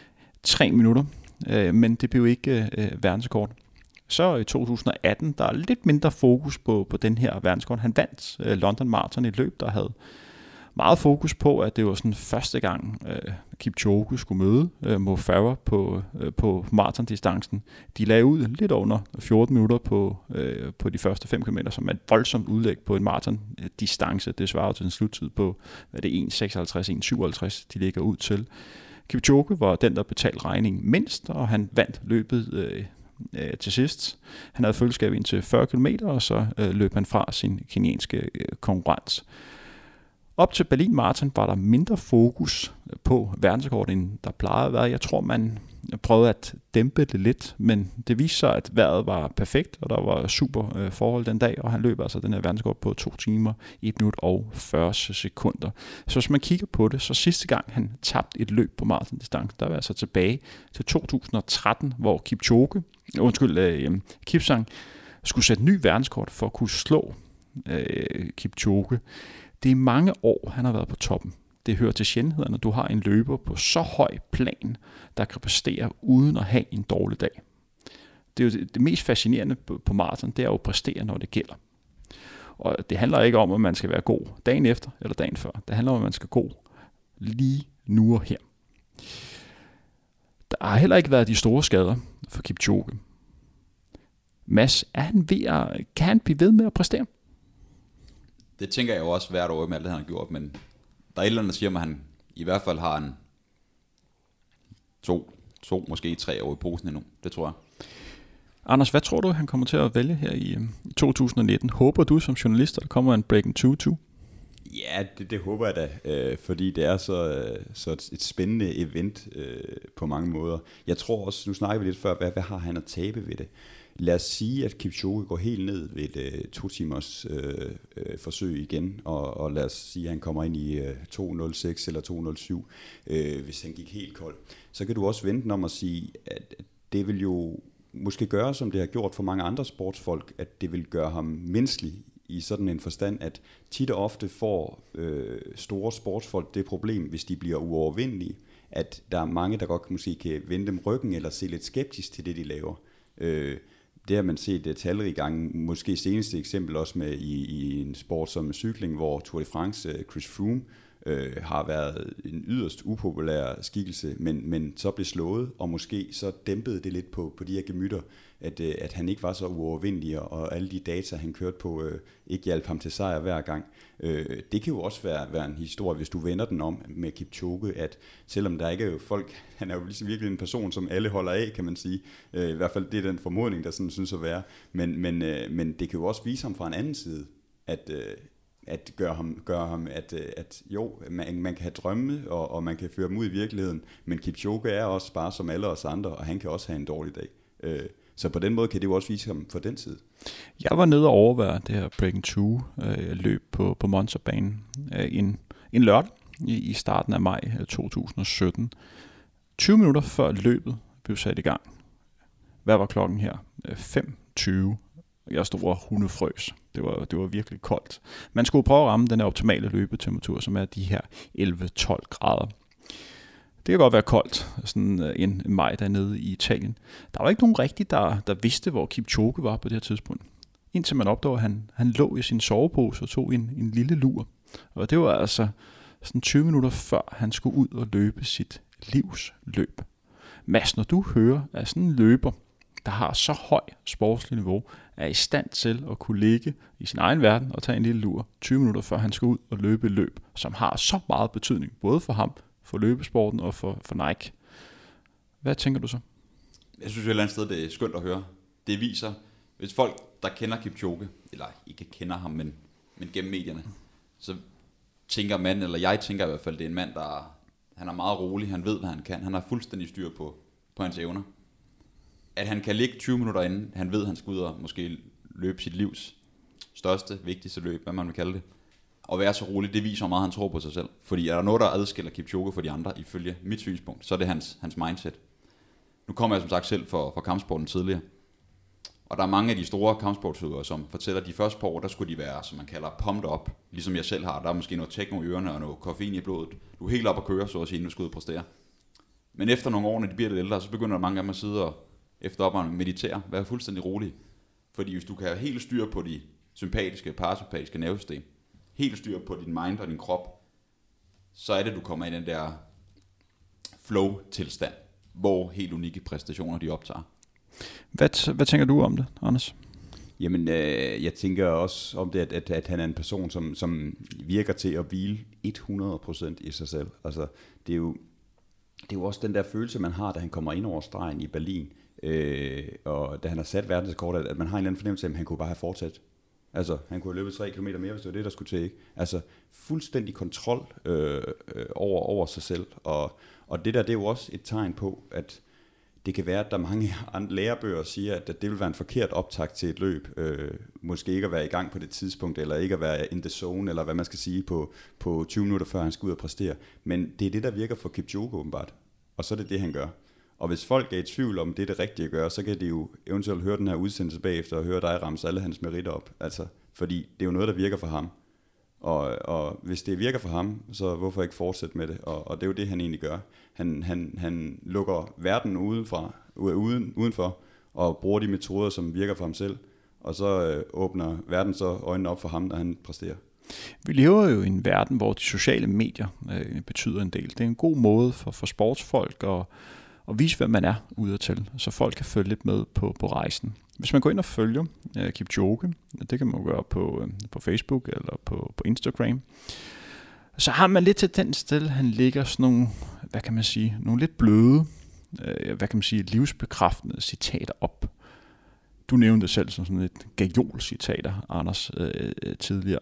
tre minutter. Men det blev ikke øh, verdenskort. Så i to tusind og atten, der er lidt mindre fokus på, på den her verdenskort. Han vandt øh, London Marathon i et løb, der havde meget fokus på, at det var sådan første gang, øh, Kipchoge skulle møde øh, Mo Farah på, øh, på maratondistancen. De lagde ud lidt under fjorten minutter på, øh, på de første fem kilometer, som er et voldsomt udlæg på en maratondistance. Det svarer til en sluttid på, hvad det er, en seksoghalvtreds en syvoghalvtreds, de ligger ud til. Kipchoge var den, der betalte regningen mindst, og han vandt løbet øh, øh, til sidst. Han havde følgeskab ind til fyrre kilometer, og så øh, løb han fra sin kenyanske øh, konkurrent. Op til Berlin Marathon var der mindre fokus på verdensrekord, end der plejede at være. Jeg tror, man prøvede at dæmpe det lidt, men det viste sig, at vejret var perfekt, og der var super øh, forhold den dag, og han løb altså den her verdensrekord på to timer, et minut og fyrre sekunder. Så hvis man kigger på det, så sidste gang han tabte et løb på marathondistance, der var altså tilbage til to tusind og tretten, hvor Kipchoge, undskyld, øh, Kipsang skulle sætte ny verdensrekord for at kunne slå øh, Kipchoge. Det er mange år, han har været på toppen. Det hører til sjældenhederne, at du har en løber på så høj plan, der kan præstere uden at have en dårlig dag. Det er jo det, det mest fascinerende på, på maraton, det er jo at præstere, når det gælder. Og det handler ikke om, at man skal være god dagen efter eller dagen før. Det handler om, at man skal gå lige nu og her. Der har heller ikke været de store skader for Kipchoge. Mads, er han ved at, kan han blive ved med at præstere? Det tænker jeg jo også hvert år med alt det, han har gjort, men der er et eller andet, der siger mig, at han i hvert fald har en to, to, måske tre år i posen endnu. Det tror jeg. Anders, hvad tror du, han kommer til at vælge her i to tusind nitten? Håber du som journalist, at der kommer en Breaking tyve-tyve? Ja, det, det håber jeg da, øh, fordi det er så, så et, et spændende event øh, på mange måder. Jeg tror også, nu snakker vi lidt før, hvad, hvad har han at tabe ved det? Lad os sige, at Kipchoge går helt ned ved et øh, to timers øh, øh, forsøg igen, og, og lad os sige, at han kommer ind i øh, to nul seks eller to nul syv, øh, hvis han gik helt kold. Så kan du også vente den om at sige, at det vil jo måske gøre, som det har gjort for mange andre sportsfolk, at det vil gøre ham menneskelig i sådan en forstand, at tit og ofte får øh, store sportsfolk det problem, hvis de bliver uovervindelige, at der er mange, der godt måske kan vende dem ryggen eller se lidt skeptisk til det, de laver. Øh, Det har man set talrige gange, måske seneste eksempel også med i, i en sport som cykling, hvor Tour de France, Chris Froome, øh, har været en yderst upopulær skikkelse, men, men så blev slået, og måske så dæmpede det lidt på, på de her gemytter, at, at han ikke var så uovervindelig, og alle de data, han kørte på, øh, ikke hjalp ham til sejr hver gang. Øh, det kan jo også være, være en historie, hvis du vender den om med Kipchoge, at selvom der ikke er jo folk, han er jo ligesom virkelig en person, som alle holder af, kan man sige. Øh, I hvert fald det er den formodning, der sådan synes at være. Men, men, øh, men det kan jo også vise ham fra en anden side, at... Øh, at gøre ham, gøre ham at, at jo, man, man kan have drømme, og, og man kan føre dem ud i virkeligheden, men Kipchoge er også bare som alle os andre, og han kan også have en dårlig dag. Øh, så på den måde kan det jo også vise ham for den side. Jeg var nede og overvære det her Breaking tyve øh, løb på, på Monza-banen øh, en, en lørdag i, i starten af maj to tusind sytten. tyve minutter før løbet blev sat i gang. Hvad var klokken her? fem tyve. Jeg stod og hundefrøs. Det var, det var virkelig koldt. Man skulle prøve at ramme den her optimale løbetemperatur, som er de her elleve til tolv grader. Det kan godt være koldt, sådan en maj dernede i Italien. Der var ikke nogen rigtig, der, der vidste, hvor Kipchoge var på det her tidspunkt. Indtil man opdagede, at han, han lå i sin sovepose og tog en, en lille lur. Og det var altså sådan tyve minutter før, han skulle ud og løbe sit livs løb. Mads, når du hører, at sådan en løber, der har så høj sportslig niveau, er i stand til at kunne ligge i sin egen verden og tage en lille lur tyve minutter før han skal ud og løbe et løb, som har så meget betydning, både for ham, for løbesporten og for, for Nike. Hvad tænker du så? Jeg synes et eller andet sted, det er skønt at høre. Det viser, hvis folk, der kender Kipchoge, eller ikke kender ham, men, men gennem medierne, så tænker man, eller jeg tænker i hvert fald, det er en mand, der han er meget rolig, han ved, hvad han kan, han har fuldstændig styr på, på hans evner. At han kan ligge tyve minutter inden, han ved, han skal ud og måske løbe sit livs største, vigtigste løb, hvad man vil kalde det, og være så rolig, det viser, hvor meget han tror på sig selv. Fordi er der noget, der adskiller Kipchoge fra de andre, ifølge mit synspunkt, så er det hans, hans mindset. Nu kommer jeg som sagt selv fra, fra kampsporten tidligere, og der er mange af de store kampsportsudøvere, som fortæller, at de første par år, der skulle de være, som man kalder pumped up, ligesom jeg selv har. Der er måske noget techno i ørerne og noget koffein i blodet. Du er helt op at køre, så at sige, inden du skal ud og præstere. Men efter nogle år, når de bliver lidt ældre, så begynder der mange af dem at sidde og efter op og meditere, være fuldstændig rolig. Fordi hvis du kan have helt styr på de sympatiske, parasympatiske nervesystem, helt styr på din mind og din krop, så er det, du kommer i den der flow-tilstand, hvor helt unikke præstationer de optager. Hvad, hvad tænker du om det, Anders? Jamen, øh, jeg tænker også om det, at, at, at han er en person, som, som virker til at hvile hundrede procent i sig selv. Altså, det er jo, det er jo også den der følelse, man har, da han kommer ind over stregen i Berlin. Øh, og da han har sat verdensrekord, at, at man har en eller anden fornemmelse af, at han kunne bare have fortsat. Altså, han kunne have løbet tre kilometer mere, hvis det var det, der skulle til, ikke? Altså, fuldstændig kontrol øh, øh, over, over sig selv. Og, og det der, det er jo også et tegn på, at det kan være, at der er mange andre lærebøger, der siger, at det vil være en forkert optakt til et løb. Øh, måske ikke at være i gang på det tidspunkt, eller ikke at være in the zone, eller hvad man skal sige, på, på tyve minutter før han skal ud og præstere. Men det er det, der virker for Kipchoge åbenbart. Og så er det det, han gør. Og hvis folk er i tvivl om, det er det rigtige at gøre, så kan de jo eventuelt høre den her udsendelse bagefter, og høre dig ramse alle hans meritter op. Altså, fordi det er jo noget, der virker for ham. Og, og hvis det virker for ham, så hvorfor ikke fortsætte med det? Og, og det er jo det, han egentlig gør. Han, han, han lukker verden udenfra, uden, udenfor, og bruger de metoder, som virker for ham selv. Og så øh, åbner verden så øjnene op for ham, når han præsterer. Vi lever jo i en verden, hvor de sociale medier øh, betyder en del. Det er en god måde for, for sportsfolk at, at vise, hvem man er udadtil, så folk kan følge lidt med på, på rejsen. Hvis man går ind og følger øh, Kipchoge, det kan man jo gøre på, øh, på Facebook eller på, på Instagram, så har man lidt tendens til, at han lægger sådan nogle, hvad kan man sige, nogle lidt bløde, øh, hvad kan man sige, livsbekræftende citater op. Du nævnte det selv som sådan et gajol-citater, Anders, øh, tidligere.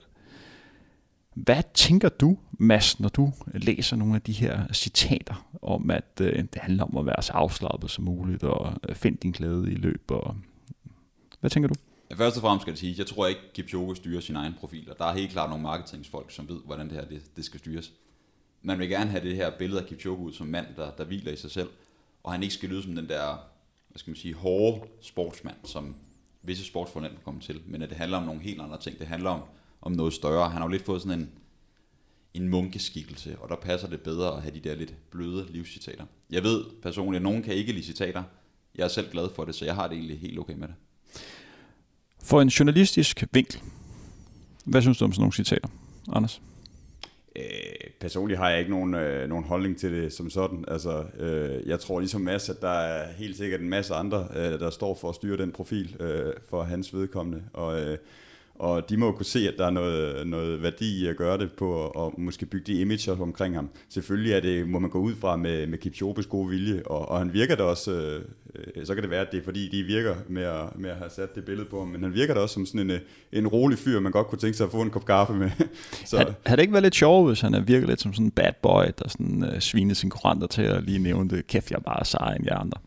Hvad tænker du, Mads, når du læser nogle af de her citater om, at øh, det handler om at være så afslappet som muligt og øh, finde din glæde i løb? Og hvad tænker du? Først og fremmest skal jeg sige, jeg tror ikke, Kipchoge styrer sin egen profil, og der er helt klart nogle marketingsfolk, som ved, hvordan det her det, det skal styres. Man vil gerne have det her billede af Kipchoge ud som mand, der, der hviler i sig selv, og han ikke skal lyde som den der, hvad skal man sige, hårde sportsmand, som visse sportsfornænd kommer til, men at det handler om nogle helt andre ting. Det handler om, om noget større. Han har jo lidt fået sådan en, en munkeskikkelse, og der passer det bedre at have de der lidt bløde livscitater. Jeg ved personligt, at nogen kan ikke lide citater. Jeg er selv glad for det, så jeg har det egentlig helt okay med det. For en journalistisk vinkel, hvad synes du om sådan nogle citater, Anders? Øh, personligt har jeg ikke nogen, øh, nogen holdning til det som sådan. Altså, øh, jeg tror ligesom Mads, at der er helt sikkert en masse andre, øh, der står for at styre den profil øh, for hans vedkommende. Og, øh, og de må jo kunne se, at der er noget, noget værdi i at gøre det på, og måske bygge de imager omkring ham. Selvfølgelig er det, må man gå ud fra med, med Kipchoges gode vilje, og, og han virker da også, øh, så kan det være, at det er fordi, de virker med at, med at have sat det billede på ham, men han virker da også som sådan en, en rolig fyr, man godt kunne tænke sig at få en kop kaffe med. Så. Had, havde det ikke været lidt sjovt, hvis han virker lidt som sådan en bad boy, der sådan uh, svinede sine konkurrenter til at lige nævne det, kæft, jeg er bare sejere end jer andre?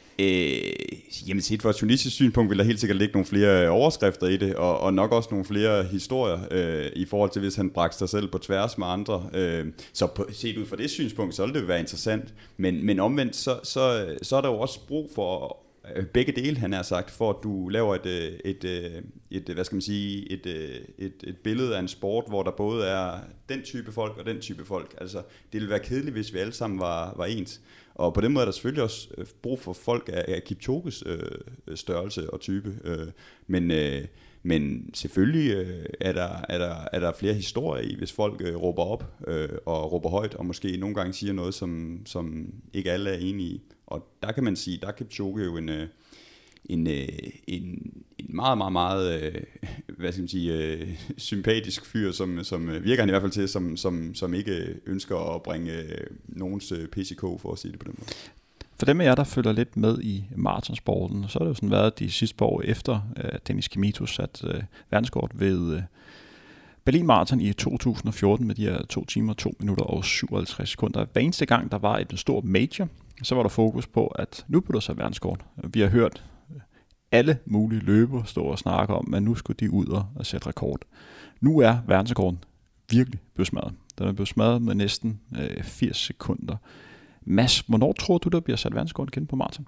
Øh, jamen set fra et journalistisk synpunkt vil der helt sikkert ligge nogle flere overskrifter i det, og, og nok også nogle flere historier øh, i forhold til, hvis han bragte sig selv på tværs med andre. Øh, så på, set ud fra det synspunkt, så vil det være interessant. Men, men omvendt, så, så, så er der jo også brug for øh, begge dele, han har sagt, for at du laver et, et, et, et, hvad skal man sige, et, et, et billede af en sport, hvor der både er den type folk og den type folk. Altså, det ville være kedeligt, hvis vi alle sammen var, var ens. Og på den måde er der selvfølgelig også brug for folk af, af Kipchoges øh, størrelse og type. Øh, men, øh, men selvfølgelig øh, er, der, er, der, er der flere historier i, hvis folk øh, råber op øh, og råber højt, og måske nogle gange siger noget, som, som ikke alle er enige i. Og der kan man sige, der er Kipchoge jo en... Øh, En, en, en meget, meget, meget hvad skal man sige, sympatisk fyr, som, som virker han i hvert fald til, som, som, som ikke ønsker at bringe nogens P C K, for at sige det på den måde. For dem af jer, der følger lidt med i maratonsporten, så har det jo sådan været de sidste par år efter, at Dennis Kimitos satte verdenskort ved Berlin Marathon i to tusind og fjorten med de her to timer, to minutter og syvoghalvtreds sekunder. Hver eneste gang, der var et stort major, så var der fokus på, at nu blev der så verdenskort. Vi har hørt alle mulige løbere stå og snakke om, at nu skulle de ud og sætte rekord. Nu er verdensrekorden virkelig blevet smadret. Den er blevet smadret med næsten øh, firs sekunder. Mads, hvornår tror du, der bliver sat verdensrekord igen på maraton?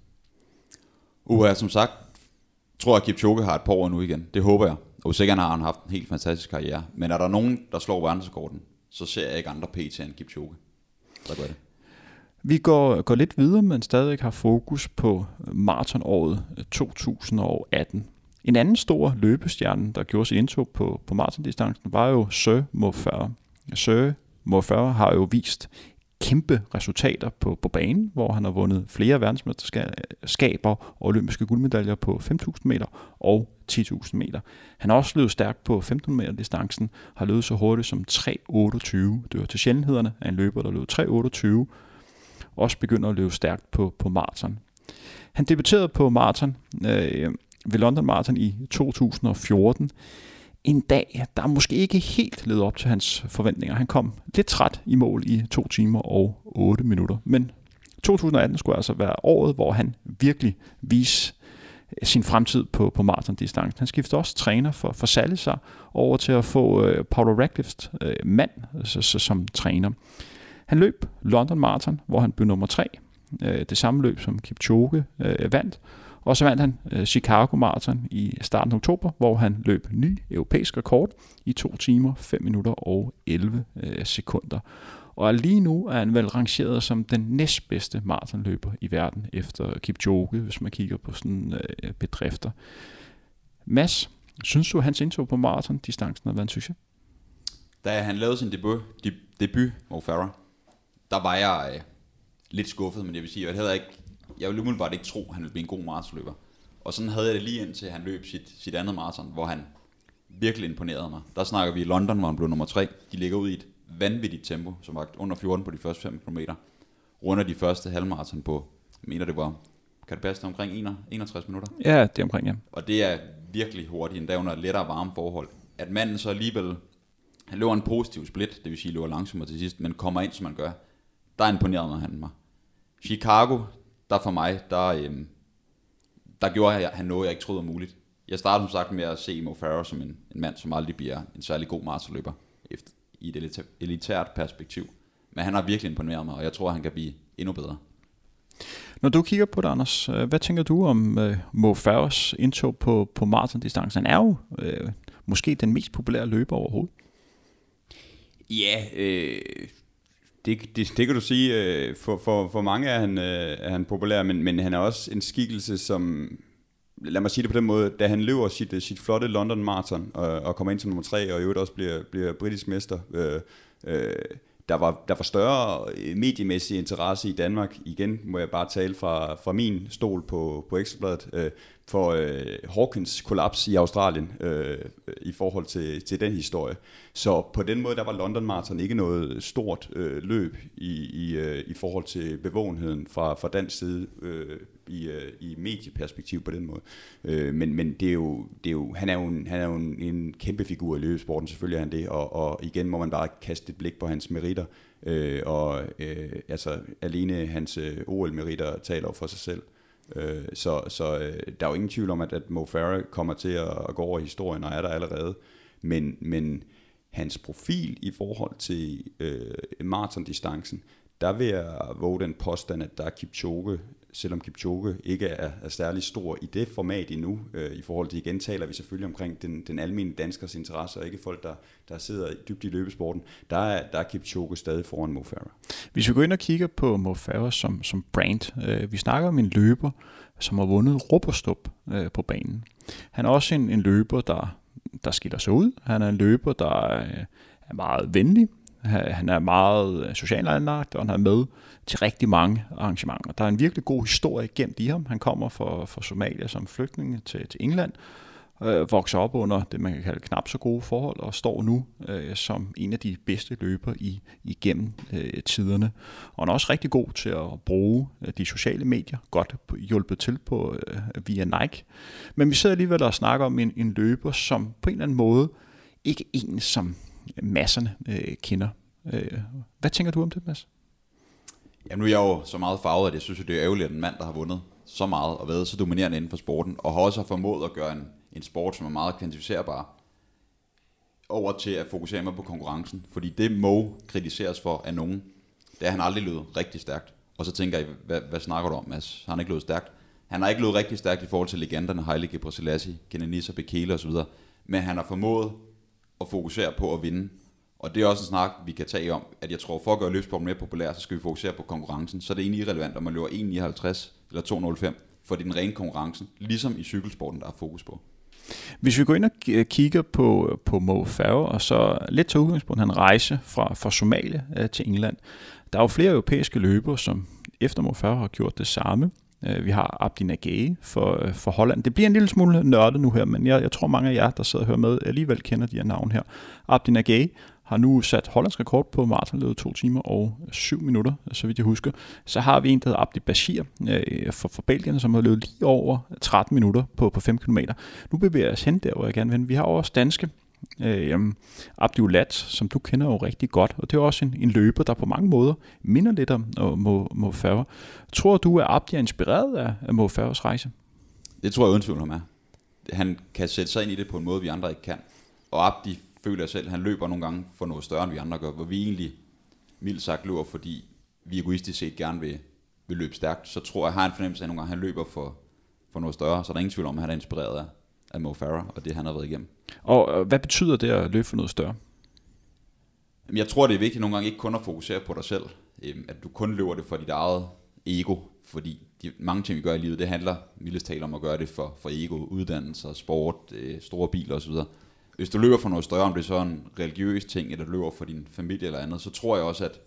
Uha, som sagt, tror jeg, at Kipchoge har et par år nu igen. Det håber jeg. Og sikkert har han haft en helt fantastisk karriere. Men er der nogen, der slår verdensrekorden, så ser jeg ikke andre P T end Kipchoge. Så gør det. Vi går, går lidt videre, men stadig har fokus på maratonåret to tusind og atten. En anden stor løbestjerne, der gjorde sit indtog på, på maratondistancen, var jo Sir Mo Farah. Sir Mo Farah har jo vist kæmpe resultater på, på banen, hvor han har vundet flere verdensmesterskaber og olympiske guldmedaljer på fem tusind meter og ti tusind meter. Han har også løbet stærkt på femten meter distancen, har løbet så hurtigt som tre otteogtyve. Det var til sjældenhederne af en løber, der løb tre otteogtyve. Også begynder at løbe stærkt på, på maraton. Han debuterede på maraton øh, ved London Marathon i to tusind og fjorten. En dag, der måske ikke helt levede op til hans forventninger. Han kom lidt træt i mål i to timer og otte minutter. Men to tusind og atten skulle altså være året, hvor han virkelig viste sin fremtid på, på maratondistancen. Han skiftede også træner for, for Salazar over til at få øh, Paolo Radcliffes øh, mand så, så, som træner. Han løb London Marathon, hvor han blev nummer tre. Øh, det samme løb, som Kipchoge øh, vandt. Og så vandt han øh, Chicago Marathon i starten af oktober, hvor han løb ny europæisk rekord i to timer, fem minutter og elleve øh, sekunder. Og lige nu er han vel rangeret som den næstbedste maratonløber i verden efter Kipchoge, hvis man kigger på sådan øh, bedrifter. Mads, synes du, at hans indtog på maratondistancen har været en succes? Da han lavede sin debut, de, debut Mo Farah, der var jeg øh, lidt skuffet, men jeg vil sige, at jeg havde ikke, jeg ville umiddelbart ikke tro, at han ville blive en god maratonløber. Og sådan havde jeg det lige indtil han løb sit, sit andet maraton, hvor han virkelig imponerede mig. Der snakker vi i London, hvor han blev nummer tre. De ligger ud i et vanvittigt tempo, som var under fjorten på de første fem kilometer. Runder de første halvmaraton på, jeg mener det var, kan det passe, omkring enogtres minutter? Ja, det er omkring, ja. Og det er virkelig hurtigt, endda under lettere varme forhold. At manden så alligevel, han løber en positiv split, det vil sige løber langsommere til sidst, men kommer ind, som man gør. Der imponerede mig han mig. Chicago, der for mig, der, øhm, der gjorde jeg, han noget, jeg ikke troede var muligt. Jeg startede som sagt med at se Mo Farah som en, en mand, som aldrig bliver en særlig god maratonløber efter i et elitært perspektiv. Men han har virkelig imponeret mig, og jeg tror, han kan blive endnu bedre. Når du kigger på det, Anders, hvad tænker du om uh, Mo Farahs indtog på, på maratondistancen? Han er jo uh, måske den mest populære løber overhovedet. Ja, øh, det, det, det kan du sige. For, for, for mange er han, er han populær, men, men han er også en skikkelse, som... Lad mig sige det på den måde, da han løber sit, sit flotte London Marathon og, og kommer ind som nummer tre, og i øvrigt også bliver, bliver britisk mester, øh, øh, der, var, der var større mediemæssig interesse i Danmark. Igen må jeg bare tale fra, fra min stol på, på Ekstrabladet, øh, for øh, Hawkins kollaps i Australien øh, i forhold til, til den historie. Så på den måde, der var London Marathon ikke noget stort øh, løb i, i, øh, i forhold til bevågenheden fra, fra dansk side øh, i, øh, i medieperspektiv på den måde. Øh, men men det er jo, det er jo, han er jo, en, han er jo en, en kæmpe figur i løbesporten, selvfølgelig er han det, og, og igen må man bare kaste et blik på hans meritter, øh, og øh, altså alene hans øh, O L-meritter taler for sig selv. Øh, så så øh, der er jo ingen tvivl om, at, at Mo Farah kommer til at, at gå over i historien, og er der allerede, men, men hans profil i forhold til øh, maratondistancen, der vil jeg våge den påstand, at der er Kipchoge, selvom Kipchoge ikke er, er særlig stor i det format endnu, øh, i forhold til, igen taler vi selvfølgelig omkring den, den almindelige danskers interesse, og ikke folk, der, der sidder dybt i løbesporten, der er, der er Kipchoge stadig foran Mo Farah. Hvis vi går ind og kigger på Mo Farah som, som brand, øh, vi snakker om en løber, som har vundet rup og stup øh, på banen. Han er også en, en løber, der, der skiller sig ud. Han er en løber, der øh, er meget venlig. Han er meget socialt anlagt, og han er med til rigtig mange arrangementer. Der er en virkelig god historie gemt i ham. Han kommer fra, fra Somalia som flygtning til, til England, øh, vokser op under det, man kan kalde knap så gode forhold, og står nu øh, som en af de bedste løbere i, igennem øh, tiderne. Og han er også rigtig god til at bruge øh, de sociale medier, godt hjulpet til på øh, via Nike. Men vi sidder alligevel og snakker om en, en løber, som på en eller anden måde ikke en, som masserne øh, kender. Øh, hvad tænker du om det, Mads? Jamen nu er jeg jo så meget farvet, at jeg synes, at det er ærgerligt, at en mand, der har vundet så meget og været så dominerende inden for sporten, og har også formået at gøre en, en sport, som er meget kvantificerbar, over til at fokusere mere på konkurrencen. Fordi det må kritiseres for af nogen. Det har han aldrig løbet rigtig stærkt. Og så tænker jeg, hvad, hvad snakker du om, Mads? Har han ikke løbet stærkt? Han har ikke løbet rigtig stærkt i forhold til legenderne, Haile Gebrselassie, Kenenisa Bekele osv., men han har formået at fokusere på at vinde. Og det er også en snak, vi kan tage om, at jeg tror, for at gøre løbsporten mere populær, så skal vi fokusere på konkurrencen. Så er det egentlig irrelevant, om man løber en nioghalvtreds eller to nul fem, for det er den rene konkurrencen, ligesom i cykelsporten, der er fokus på. Hvis vi går ind og kigger på, på Mo Farah, og så lidt til udgangspunkt, han rejse fra, fra Somalia øh, til England. Der er jo flere europæiske løbere, som efter Mo Farah har gjort det samme. Vi har Abdi Nagay for, for Holland. Det bliver en lille smule nørdet nu her, men jeg, jeg tror mange af jer, der sidder og hører med, alligevel kender de her navn her. Abdi Nagay har nu sat hollandsk rekord på maratonløbet to timer og syv minutter, så vidt jeg husker. Så har vi en, der hedder Abdi Bashir øh, for, for Belgien, som har løbet lige over tretten minutter på, på fem kilometer. Nu bevæger jeg os hen der, hvor jeg gerne vil. Vi har også danske øh, Abdi Ulat, som du kender jo rigtig godt, og det er også en, en løber, der på mange måder minder lidt om Mo, Mo Farah. Tror du, at Abdi er inspireret af, af Mo Farahs rejse? Det tror jeg uden tvivl, han er. Han kan sætte sig ind i det på en måde, vi andre ikke kan. Og Abdi føler jeg selv, han løber nogle gange for noget større, end vi andre gør, hvor vi egentlig mildt sagt løber, fordi vi egoistisk set gerne vil, vil løbe stærkt. Så tror jeg, har en fornemmelse af, at nogle gange han løber for, for noget større, så der er ingen tvivl om, at han er inspireret af, af Mo Farah og det, han har været igennem. Og hvad betyder det at løbe for noget større? Jamen, jeg tror, det er vigtigt nogle gange ikke kun at fokusere på dig selv, at du kun løber det for dit eget ego, fordi de mange ting, vi gør i livet, det handler mildest talt om at gøre det for, for ego, uddannelser, sport, store biler osv. Hvis du løber for noget større, om det er så en religiøs ting, eller du løber for din familie eller andet, så tror jeg også, at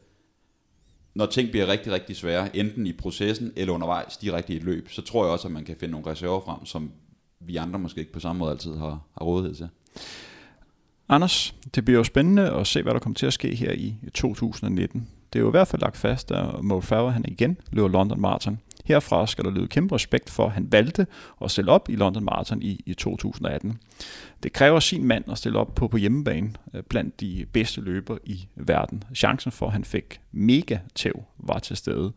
når ting bliver rigtig, rigtig svære, enten i processen eller undervejs direkte i et løb, så tror jeg også, at man kan finde nogle reserver frem, som vi andre måske ikke på samme måde altid har, har rådighed til. Anders, det bliver jo spændende at se, hvad der kommer til at ske her i to tusind nitten. Det er jo i hvert fald lagt fast, at Mo Farah han igen løber London Marathon. Herfra skal der lyde kæmpe respekt for, at han valgte at stille op i London Marathon i, i to tusind atten. Det kræver sin mand at stille op på, på hjemmebane blandt de bedste løbere i verden. Chancen for, at han fik mega tæv, var til stede.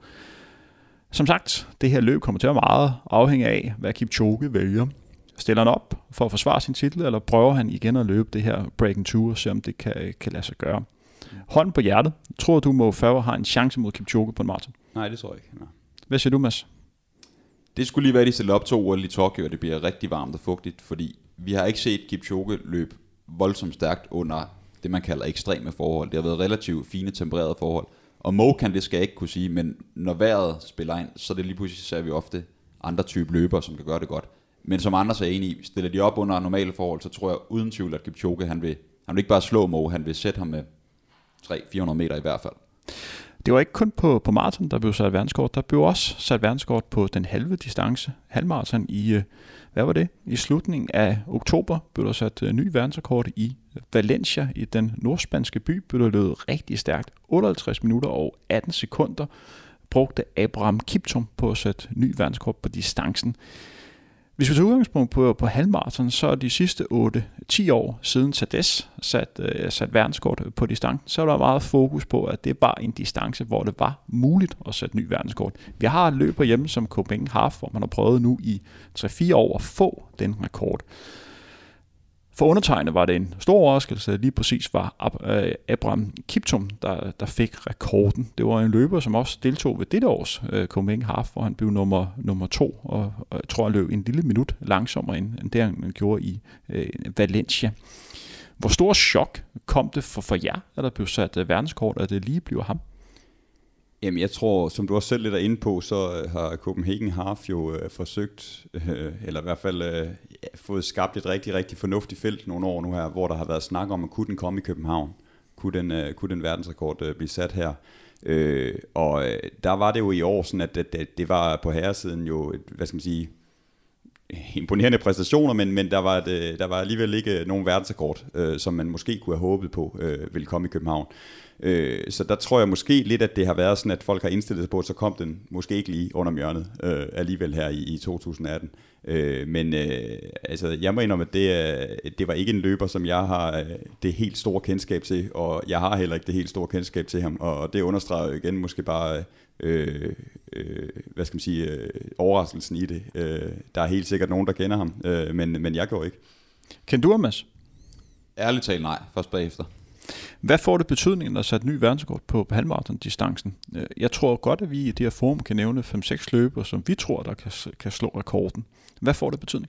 Som sagt, det her løb kommer til at meget afhænge af, hvad Kipchoge vælger. Stiller han op for at forsvare sin titel, eller prøver han igen at løbe det her Breaking Two, og se om det kan, kan lade sig gøre. Hånden på hjertet. Tror du, Mo Farah har en chance mod Kipchoge på en maraton? Nej, det tror jeg ikke. Nej. Hvad siger du, Mads? Det skulle lige være, at de stiller op to uger i Tokyo, og det bliver rigtig varmt og fugtigt, fordi vi har ikke set Kipchoge løbe voldsomt stærkt under det, man kalder ekstreme forhold. Det har været relativt fine, tempererede forhold. Og Mo kan det skal jeg ikke kunne sige, men når vejret spiller ind, så er det lige pludselig, så er vi ofte andre typer løbere, som kan gøre det godt. Men som andre er enige i, stiller de op under normale forhold, så tror jeg uden tvivl, at Kipchoge, han vil, han vil ikke bare slå Mo, han vil sætte ham med tre til fire hundrede meter i hvert fald. Det var ikke kun på, på maraton, der blev sat verdenskort. Der blev også sat verdenskort på den halve distance, halvmaraton i, hvad var det? I slutningen af oktober blev der sat ny verdensrekord i Valencia i den nordspanske by. Blev der løbet rigtig stærkt. otteoghalvtreds minutter og atten sekunder brugte Abraham Kiptum på at sætte ny verdenskort på distancen. Hvis vi tager udgangspunkt på, på halvmaraton, så er de sidste otte til ti år siden Tadej sat, øh, sat verdenskort på distancen, så er der meget fokus på, at det var en distance, hvor det var muligt at sætte ny verdenskort. Vi har et løb hjemme som Copenhagen Half, hvor man har prøvet nu i tre til fire år at få den rekord. For undertegnet var det en stor overraskelse, at lige præcis var Abraham Kiptum, der, der fik rekorden. Det var en løber, som også deltog ved dette års uh, Copenhagen Half, hvor han blev nummer, nummer to, og, og jeg tror, han løb en lille minut langsommere, end, end det, han gjorde i uh, Valencia. Hvor stor chok kom det for, for jer, at der blev sat uh, verdenskort, at det lige bliver ham? Jamen jeg tror, som du også selv lidt er inde på, så har Copenhagen Half jo øh, forsøgt, øh, eller i hvert fald øh, fået skabt et rigtig, rigtig fornuftigt felt nogle år nu her, hvor der har været snak om, at kunne den komme i København? Kunne den, øh, kunne den verdensrekord øh, blive sat her? Øh, og øh, der var det jo i år sådan, at det, det var på herresiden jo, et, hvad skal man sige, imponerende præstationer, men, men der, var et, der var alligevel ikke nogen verdensrekord, øh, som man måske kunne have håbet på øh, ville komme i København. Øh, så der tror jeg måske lidt, at det har været sådan, at folk har indstillet sig på, så kom den måske ikke lige under hjørnet øh, alligevel her i, i to tusind atten. Øh, men øh, altså, jeg må indrømme, at det, det var ikke en løber, som jeg har øh, det helt store kendskab til, og jeg har heller ikke det helt store kendskab til ham, og det understreger jo igen måske bare øh, øh, hvad skal man sige, øh, overraskelsen i det. Øh, der er helt sikkert nogen, der kender ham, øh, men, men jeg går ikke. Kender du ham, Mads? Ærligt talt nej, først bagefter. Hvad får det betydning, at sætte ny verdenskort på halvmaraton-distancen? Jeg tror godt, at vi i det her forum kan nævne fem seks løber, som vi tror, der kan, kan slå rekorden. Hvad får det betydning?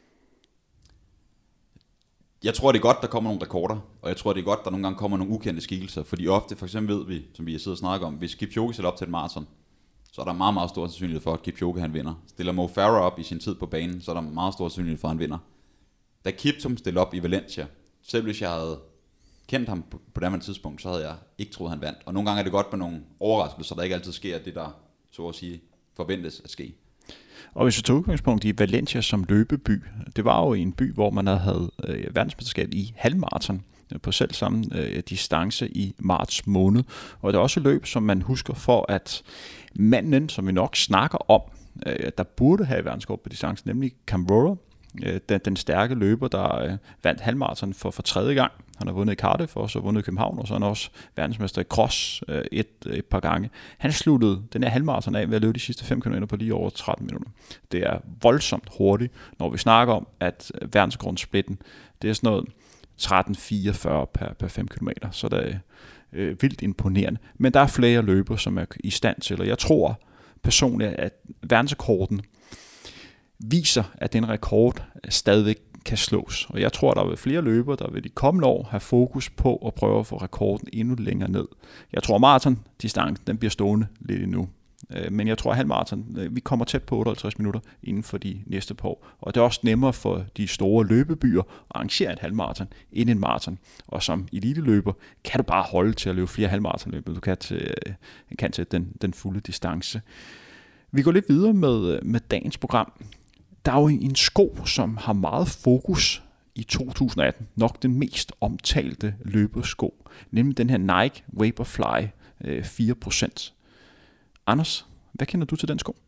Jeg tror, det er godt, der kommer nogle rekorder, og jeg tror, det er godt, der nogle gange kommer nogle ukendte skikkelser, fordi ofte, for eksempel ved vi, som vi har siddet og snakket om, hvis Kipchoge sætter op til et maraton, så er der meget, meget stor sandsynlighed for, at Kipchoge han vinder. Stiller Mo Farah op i sin tid på banen, så er der meget stor sandsynlighed for, at han vinder. Da Kiptum stiller op i Valencia, selv hvis jeg havde kendt ham på, på det tidspunkt, så havde jeg ikke troet, han vandt. Og nogle gange er det godt med nogle overraskelser, der ikke altid sker det, der så at sige forventes at ske. Og hvis vi tager udgangspunkt i Valencia som løbeby, det var jo en by, hvor man havde øh, verdensmesterskab i halvmaraton på selv samme øh, distance i marts måned. Og det er også et løb, som man husker for, at manden, som vi nok snakker om, øh, der burde have verdenskort på distancen, nemlig Cam Wurler, øh, den, den stærke løber, der øh, vandt halvmarathon for, for tredje gang. Han har vundet i Cardiff, og så vundet i København, og så er han også verdensmester i cross øh, et, et par gange. Han sluttede den her halvmarathon af ved at løbe de sidste fem kilometer på lige over tretten minutter. Det er voldsomt hurtigt, når vi snakker om, at verdensrekordssplitten, det er sådan noget tretten fireogfyrre per, per fem kilometer, så det er øh, vildt imponerende. Men der er flere løber, som er i stand til, og jeg tror personligt, at verdensrekorden viser, at den rekord stadigvæk kan slås. Og jeg tror, der vil flere løbere, der vil de kommende år have fokus på at prøve at få rekorden endnu længere ned. Jeg tror, maratondistancen, den bliver stående lidt endnu. Men jeg tror, at halvmaraton, vi kommer tæt på otteoghalvtreds minutter inden for de næste par år. Og det er også nemmere for de store løbebyer at arrangere et halvmaraton end en maraton. Og som eliteløber kan du bare holde til at løbe flere halvmaratonløb, du kan til, kan til den, den fulde distance. Vi går lidt videre med, med dagens program. Der er jo en sko, som har meget fokus i to tusind atten. Nok den mest omtalte løbesko. Nemlig den her Nike Vaporfly øh, fire procent. Anders, hvad kender du til den sko?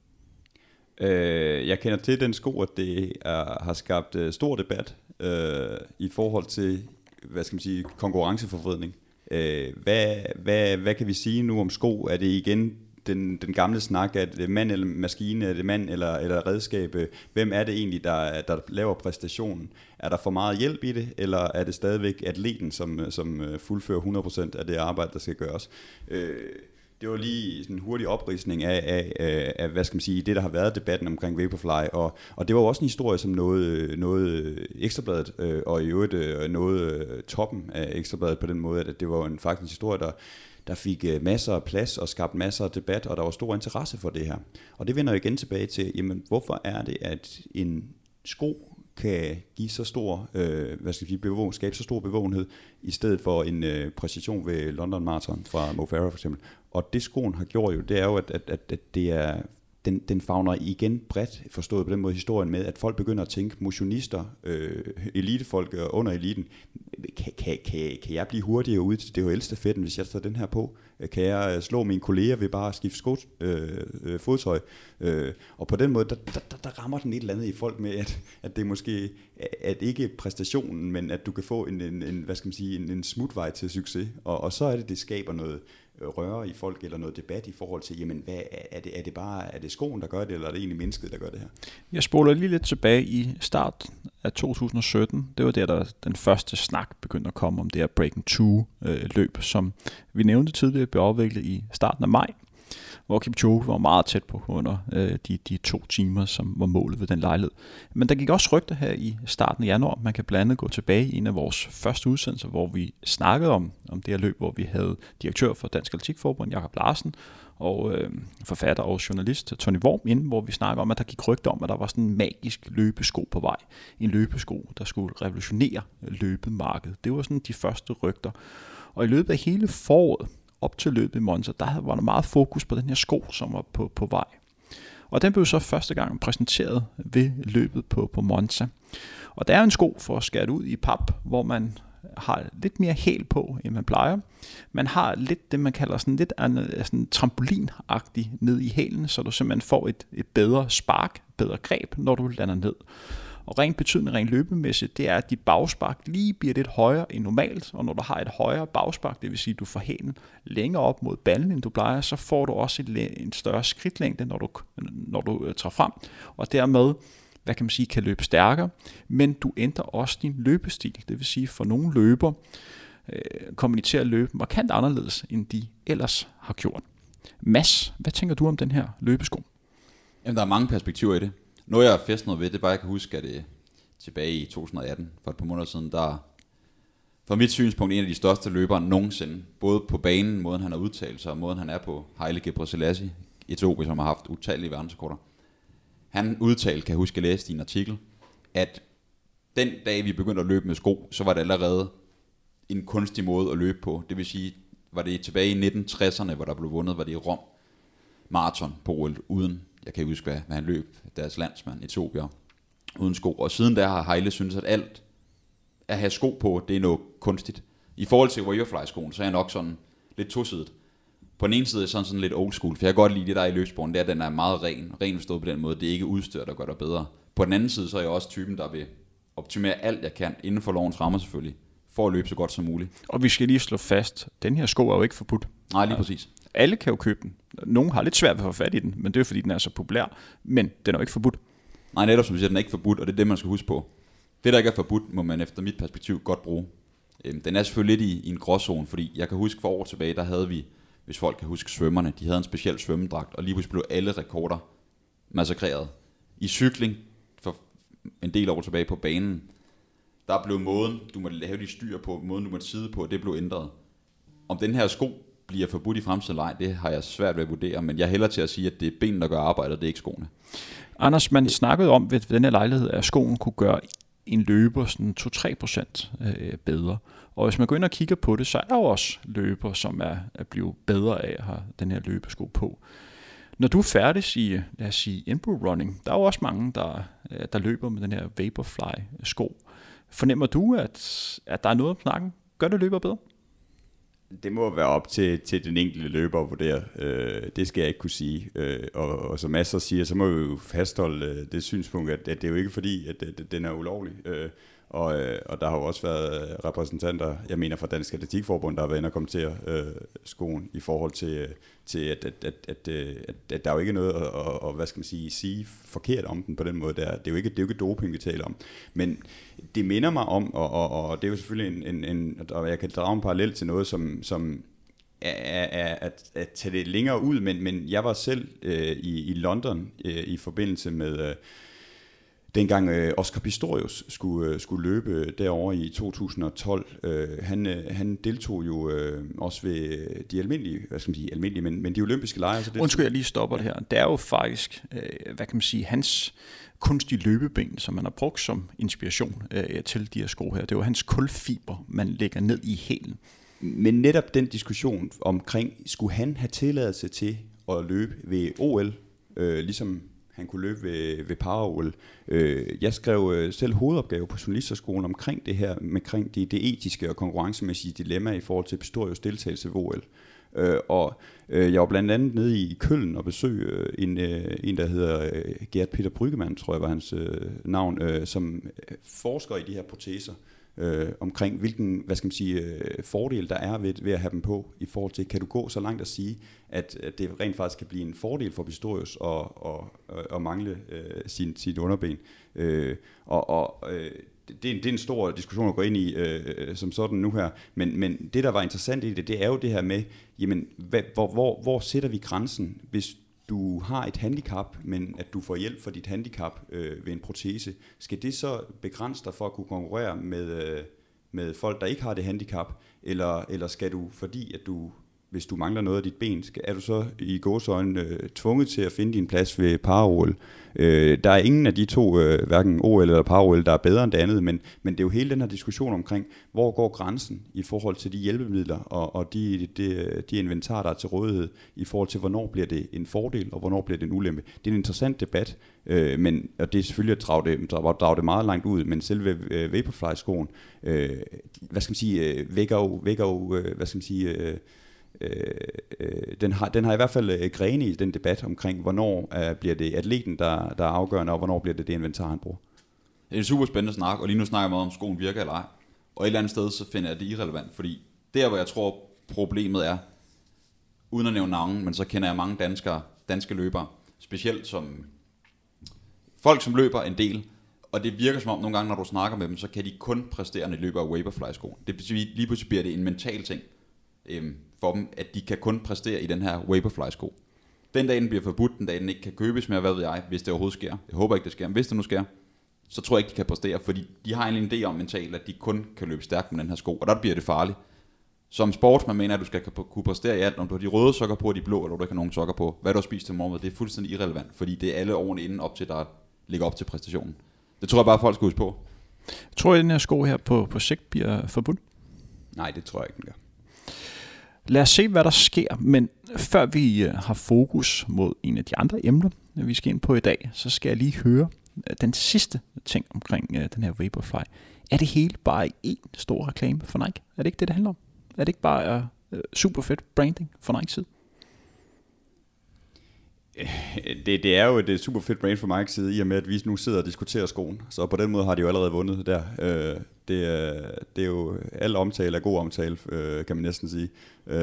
Øh, jeg kender til den sko, at det er, har skabt uh, stor debat øh, i forhold til, hvad skal man sige, konkurrenceforvridning. Øh, hvad, hvad, hvad kan vi sige nu om sko? Er det igen den, den gamle snak, at det mand eller maskine, er det mand eller, eller redskab? Hvem er det egentlig, der, der laver præstationen? Er der for meget hjælp i det, eller er det stadigvæk atleten, som, som fuldfører hundrede procent af det arbejde, der skal gøres? Øh, Det var lige sådan en hurtig opridsning af, af, af, af, hvad skal man sige, det, der har været debatten omkring Vaporfly, og, og det var også en historie, som noget, noget Ekstrabladet, øh, og i øvrigt øh, noget toppen af Ekstrabladet på den måde, at det var en faktisk historie, der, der fik masser af plads og skabte masser af debat, og der var stor interesse for det her. Og det vender jo igen tilbage til, jamen, hvorfor er det, at en sko kan give så stor, øh, hvad skal jeg sige, bevågen, skabe så stor bevågenhed, i stedet for en øh, præcision ved London Marathon fra Mo Farah for eksempel. Og det skoen har gjort jo, det er jo, at, at, at, at det er, den, den favner igen bredt, forstået på den måde historien med, at folk begynder at tænke, motionister, øh, elitefolk under eliten, kan, kan, kan, kan jeg blive hurtigere ude til D H L-stafetten, hvis jeg tager den her på? Kan jeg slå mine kolleger ved bare at skifte sko, øh, øh, fodtøj? Øh, og på den måde, der, der, der rammer den et eller andet i folk med, at, at det måske at ikke præstationen, men at du kan få en, en, en hvad skal man sige, en, en smutvej til succes. Og, og så er det, det skaber noget røre i folk, eller noget debat i forhold til, jamen, hvad, er, det, er det bare er det skoen, der gør det, eller er det egentlig mennesket, der gør det her? Jeg spoler lige lidt tilbage i start af to tusind og sytten. Det var der, der den første snak begyndte at komme om det her Breaking Two øh, løb, som vi nævnte tidligere, blev afviklet i starten af maj, hvor Kipchoge var meget tæt på under øh, de, de to timer, som var målet ved den lejlighed. Men der gik også rygter her i starten af januar. Man kan blandt andet gå tilbage i en af vores første udsendelser, hvor vi snakkede om, om det her løb, hvor vi havde direktør for Dansk Atletikforbund, Jakob Larsen, og øh, forfatter og journalist Tony Worm inden, hvor vi snakker om, at der gik rygter om, at der var sådan en magisk løbesko på vej. En løbesko, der skulle revolutionere løbemarkedet. Det var sådan de første rygter. Og i løbet af hele foråret, op til løbet i Monza, der var der meget fokus på den her sko, som var på, på vej. Og den blev så første gang præsenteret ved løbet på, på Monza. Og der er en sko for at skære det ud i pap, hvor man har lidt mere hæl på, end man plejer. Man har lidt det, man kalder sådan lidt sådan trampolinagtigt ned i hælen, så du simpelthen får et, et bedre spark, bedre greb, når du lander ned. Og rent betydende, rent løbemæssigt, det er, at dit bagspark lige bliver lidt højere end normalt, og når du har et højere bagspark, det vil sige, at du får hælen længere op mod ballen, end du plejer, så får du også et, en større skridtlængde, når du, når du uh, tager frem, og dermed, hvad kan man sige, kan løbe stærkere, men du ændrer også din løbestil, det vil sige, for nogle løber øh, kommer de til at løbe markant anderledes, end de ellers har gjort. Mads, hvad tænker du om den her løbesko? Jamen, der er mange perspektiver i det. Noget jeg har fæstnet ved, det er bare, jeg kan huske, at det tilbage i to tusind og atten, for et par måneder siden, der fra mit synspunkt en af de største løbere nogensinde, både på banen, måden han har udtalt sig, og måden han er på, Haile Gebrselassie, Etiopien, som har haft utallige verdensrekorder. Han udtalte, kan jeg huske, at jeg læste i en artikel, at den dag, vi begyndte at løbe med sko, så var det allerede en kunstig måde at løbe på. Det vil sige, var det tilbage i nitten tresserne, hvor der blev vundet, var det i Rom, maraton på O L, uden, jeg kan ikke huske, hvad, hvad han løb, deres landsmand, Etiopien, uden sko. Og siden der har Haile syntes, at alt at have sko på, det er noget kunstigt. I forhold til Vaporfly-skoen, så er jeg nok sådan lidt tosidet. På den ene side er sådan, sådan lidt old school, for jeg kan godt lide det, der er i løbssporen, det er, at den er meget ren. Ren forstået på den måde, det er ikke udstyr, der gør dig bedre. På den anden side, så er jeg også typen, der vil optimere alt, jeg kan, inden for lovens rammer selvfølgelig, for at løbe så godt som muligt. Og vi skal lige slå fast, den her sko er jo ikke forbudt. Nej, lige præcis. Alle kan jo købe den. Nogle har lidt svært ved at få fat i den, men det er fordi, den er så populær. Men den er jo ikke forbudt. Nej, netop som du siger, den er ikke forbudt, og det er det, man skal huske på. Det, der ikke er forbudt, må man efter mit perspektiv godt bruge. Den er selvfølgelig lidt i, i en gråzone, fordi jeg kan huske for år tilbage, der havde vi, hvis folk kan huske svømmerne, de havde en speciel svømmedragt, og lige pludselig blev alle rekorder massakreret. I cykling, for en del år tilbage på banen, der blev måden, du måtte lave de styr på, måden du måtte sidde på, det blev ændret. Om den her sko bliver forbudt i fremtiden eller ej, det har jeg svært ved at vurdere, men jeg hælder til at sige, at det er benene, der gør arbejdet, det er ikke skoene. Anders, man snakkede om ved denne lejlighed, at skoen kunne gøre en løber sådan to til tre procent bedre. Og hvis man går ind og kigger på det, så er der jo også løber, som er at blive bedre af at have den her løbesko på. Når du er færdig i, lad os sige, enduro running, der er jo også mange, der, der løber med den her Vaporfly-sko. Fornemmer du, at, at der er noget om snakken? Gør det løber bedre? Det må være op til, til den enkelte løber at vurdere. Øh, det skal jeg ikke kunne sige. Øh, og, og som Mads siger, så må vi jo fastholde øh, det synspunkt, at, at det er jo ikke fordi, at, at den er ulovlig. Øh, og, øh, og der har jo også været repræsentanter, jeg mener fra Dansk Atletikforbund, der har været inde og kommentere øh, skoen i forhold til, til at, at, at, at, at, at der er jo ikke noget at, at, at hvad skal man sige, sige forkert om den på den måde. Der. Det er jo ikke, det er jo ikke doping, vi taler om. Men det minder mig om, og, og, og det er jo selvfølgelig en, en, en, og jeg kan drage en parallel til noget, som, som er, er at, at tage det længere ud, men, men jeg var selv øh, i, i London øh, i forbindelse med øh, dengang øh, Oscar Pistorius skulle, øh, skulle løbe derovre i to tusind og tolv. Øh, han, øh, han deltog jo øh, også ved de almindelige, hvad skal man sige, almindelige, men, men de olympiske lejre. Så det Undskyld, jeg lige stopper det her. Det er jo faktisk, øh, hvad kan man sige, hans kunstige løbeben, som man har brugt som inspiration øh, til de her sko her. Det er jo hans kulfiber, man lægger ned i hælen. Men netop den diskussion omkring, skulle han have tilladelse til at løbe ved O L, øh, ligesom han kunne løbe ved, ved para-O L. Øh, jeg skrev øh, selv hovedopgave på journalisterskolen omkring det her, omkring det, det etiske og konkurrencemæssige dilemma i forhold til Pistorius deltagelse ved O L. Øh, og øh, jeg var blandt andet nede i Køln og besøg øh, en, øh, en, der hedder øh, Gert Peter Bryggemann, tror jeg var hans øh, navn, øh, som forsker i de her proteser. Øh, omkring hvilken, hvad skal man sige, øh, fordel der er ved, ved at have dem på, i forhold til, kan du gå så langt at sige, at, at det rent faktisk kan blive en fordel for Pistorius at, at, at, at mangle øh, sin, sit underben. Øh, og og øh, det, er en, det er en stor diskussion at gå ind i øh, som sådan nu her, men, men det der var interessant i det, det er jo det her med, jamen, hvad, hvor, hvor, hvor sætter vi grænsen, hvis du har et handicap, men at du får hjælp for dit handicap øh, ved en protese, skal det så begrænse dig for at kunne konkurrere med, øh, med folk, der ikke har det handicap, eller, eller skal du, fordi at du, hvis du mangler noget af dit ben, skal, er du så i gåseøjne øh, tvunget til at finde din plads ved para-O L? Øh, der er ingen af de to, øh, hverken O L eller para-O L, der er bedre end det andet, men, men det er jo hele den her diskussion omkring, hvor går grænsen i forhold til de hjælpemidler og, og de, de, de inventar, der er til rådighed, i forhold til, hvornår bliver det en fordel, og hvornår bliver det en ulempe. Det er en interessant debat, øh, men, og det er selvfølgelig at drage det, drage det meget langt ud, men selve øh, Vaporfly-skoen, øh, hvad skal man sige, øh, vækker jo, vækker jo øh, hvad skal man sige, øh, Øh, øh, den, har, den har i hvert fald øh, grene i den debat omkring, hvornår øh, bliver det atleten, der, der er afgørende, og hvornår bliver det det inventar, han bruger. Det er en super spændende snak, og lige nu snakker jeg meget om, skoen virker eller ej. Og et eller andet sted, så finder jeg det irrelevant, fordi der, hvor jeg tror, problemet er, uden at nævne navn, men så kender jeg mange danskere, danske løbere, specielt som folk, som løber en del, og det virker som om, nogle gange, når du snakker med dem, så kan de kun præstere, når de løber af Vaporfly-skoen. Det betyder, lige pludselig bliver det en mental ting øhm, for dem, at de kan kun præstere i den her Vaporfly-sko. Den dag, den bliver forbudt, den dag, den ikke kan købes mere, hvad ved jeg, hvis det overhovedet sker. Jeg håber ikke, det sker, men hvis det nu sker, så tror jeg ikke, de kan præstere, fordi de har egentlig en idé om mentalt, at de kun kan løbe stærkt med den her sko, og der bliver det farligt. Som sportsman mener at du skal kunne præstere i alt, om du har de røde sokker på, og de blå, eller du ikke har nogen sokker på. Hvad du har spist til morgenmad, det er fuldstændig irrelevant, fordi det er alle årene inden op til, der ligger op til præstationen. Det tror jeg bare, folk skal huske på. Tror I, at den her sko her på, på sigt bliver forbudt? Nej, det tror jeg ikke, den gør. Lad os se, hvad der sker, men før vi har fokus mod en af de andre emner, vi skal ind på i dag, så skal jeg lige høre den sidste ting omkring den her Vaporfly. er det hele bare én stor reklame for Nike? Er det ikke det, det handler om? Er det ikke bare uh, super fedt branding for Nike's side? Det, det er jo et super fedt brand fra Mike's side, i og med at vi nu sidder og diskuterer skoen. Så på den måde har de jo allerede vundet der. Det er, det er jo al omtale er god omtale, kan man næsten sige.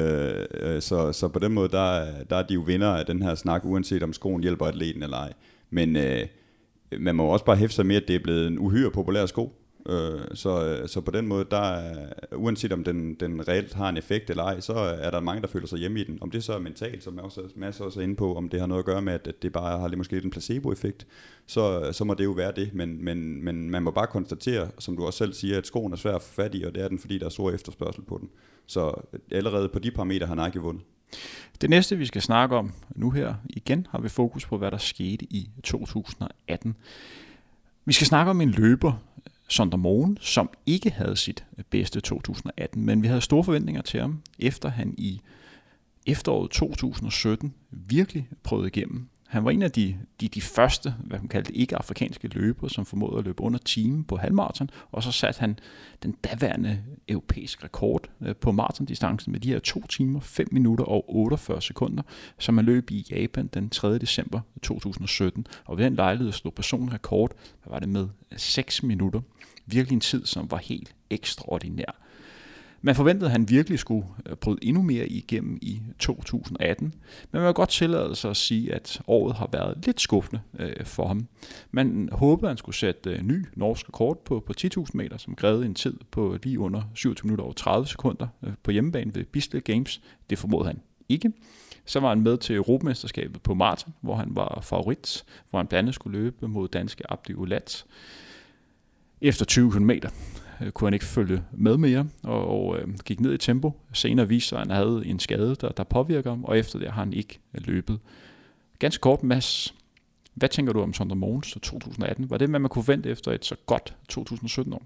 Så, så på den måde, der, der er de jo vinder af den her snak, uanset om skoen hjælper atleten eller ej. Men man må også bare hæfte sig med, at det er blevet en uhyre populær sko. Så, så på den måde, der, uanset om den, den reelt har en effekt eller ej, så er der mange, der føler sig hjemme i den. Om det så er mentalt, som jeg også masser også er inde på, om det har noget at gøre med, at det bare har lidt, måske lidt en placebo-effekt, så, så må det jo være det. Men, men, men man må bare konstatere, som du også selv siger, at skoen er svær at få fat i, og det er den, fordi der er stor efterspørgsel på den. Så allerede på de parametre har Nike vundet. Det næste, vi skal snakke om nu her igen, har vi fokus på, hvad der skete i to tusind atten. Vi skal snakke om en løber, Sander Moen, som ikke havde sit bedste to tusind atten, men vi havde store forventninger til ham, efter han i efteråret to tusind sytten virkelig prøvede igennem. Han var en af de, de, de første, hvad man kaldte ikke-afrikanske løbere, som formåede at løbe under timen på halvmarathon, og så satte han den daværende europæiske rekord på maratondistancen med de her to timer, fem minutter og otteogfyrre sekunder, som han løb i Japan den tredje december to tusind sytten. Og ved den lejlighed slog personen rekord, hvad var det med seks minutter. Virkelig en tid, som var helt ekstraordinær. Man forventede, at han virkelig skulle bryde endnu mere igennem i to tusind atten, men man kan godt tillade sig at sige, at året har været lidt skuffende øh, for ham. Man håbede, at han skulle sætte øh, ny norsk rekord på, på ti tusind meter, som krævede en tid på lige under syvogtyve minutter og tredive sekunder øh, på hjemmebane ved Bislett Games. Det formåede han ikke. Så var han med til Europamesterskabet på maraton, hvor han var favorit, hvor han blandt andet skulle løbe mod danske Abdi Ulat. Efter tyve kilometer kunne han ikke følge med mere, og, og øh, gik ned i tempo. Senere viste sig, at han havde en skade, der, der påvirker ham, og efter det har han ikke løbet. Ganske kort, Mads. Hvad tænker du om Sander Mogens to tusind atten? Var det, hvad man kunne vente efter et så godt to tusind sytten-år?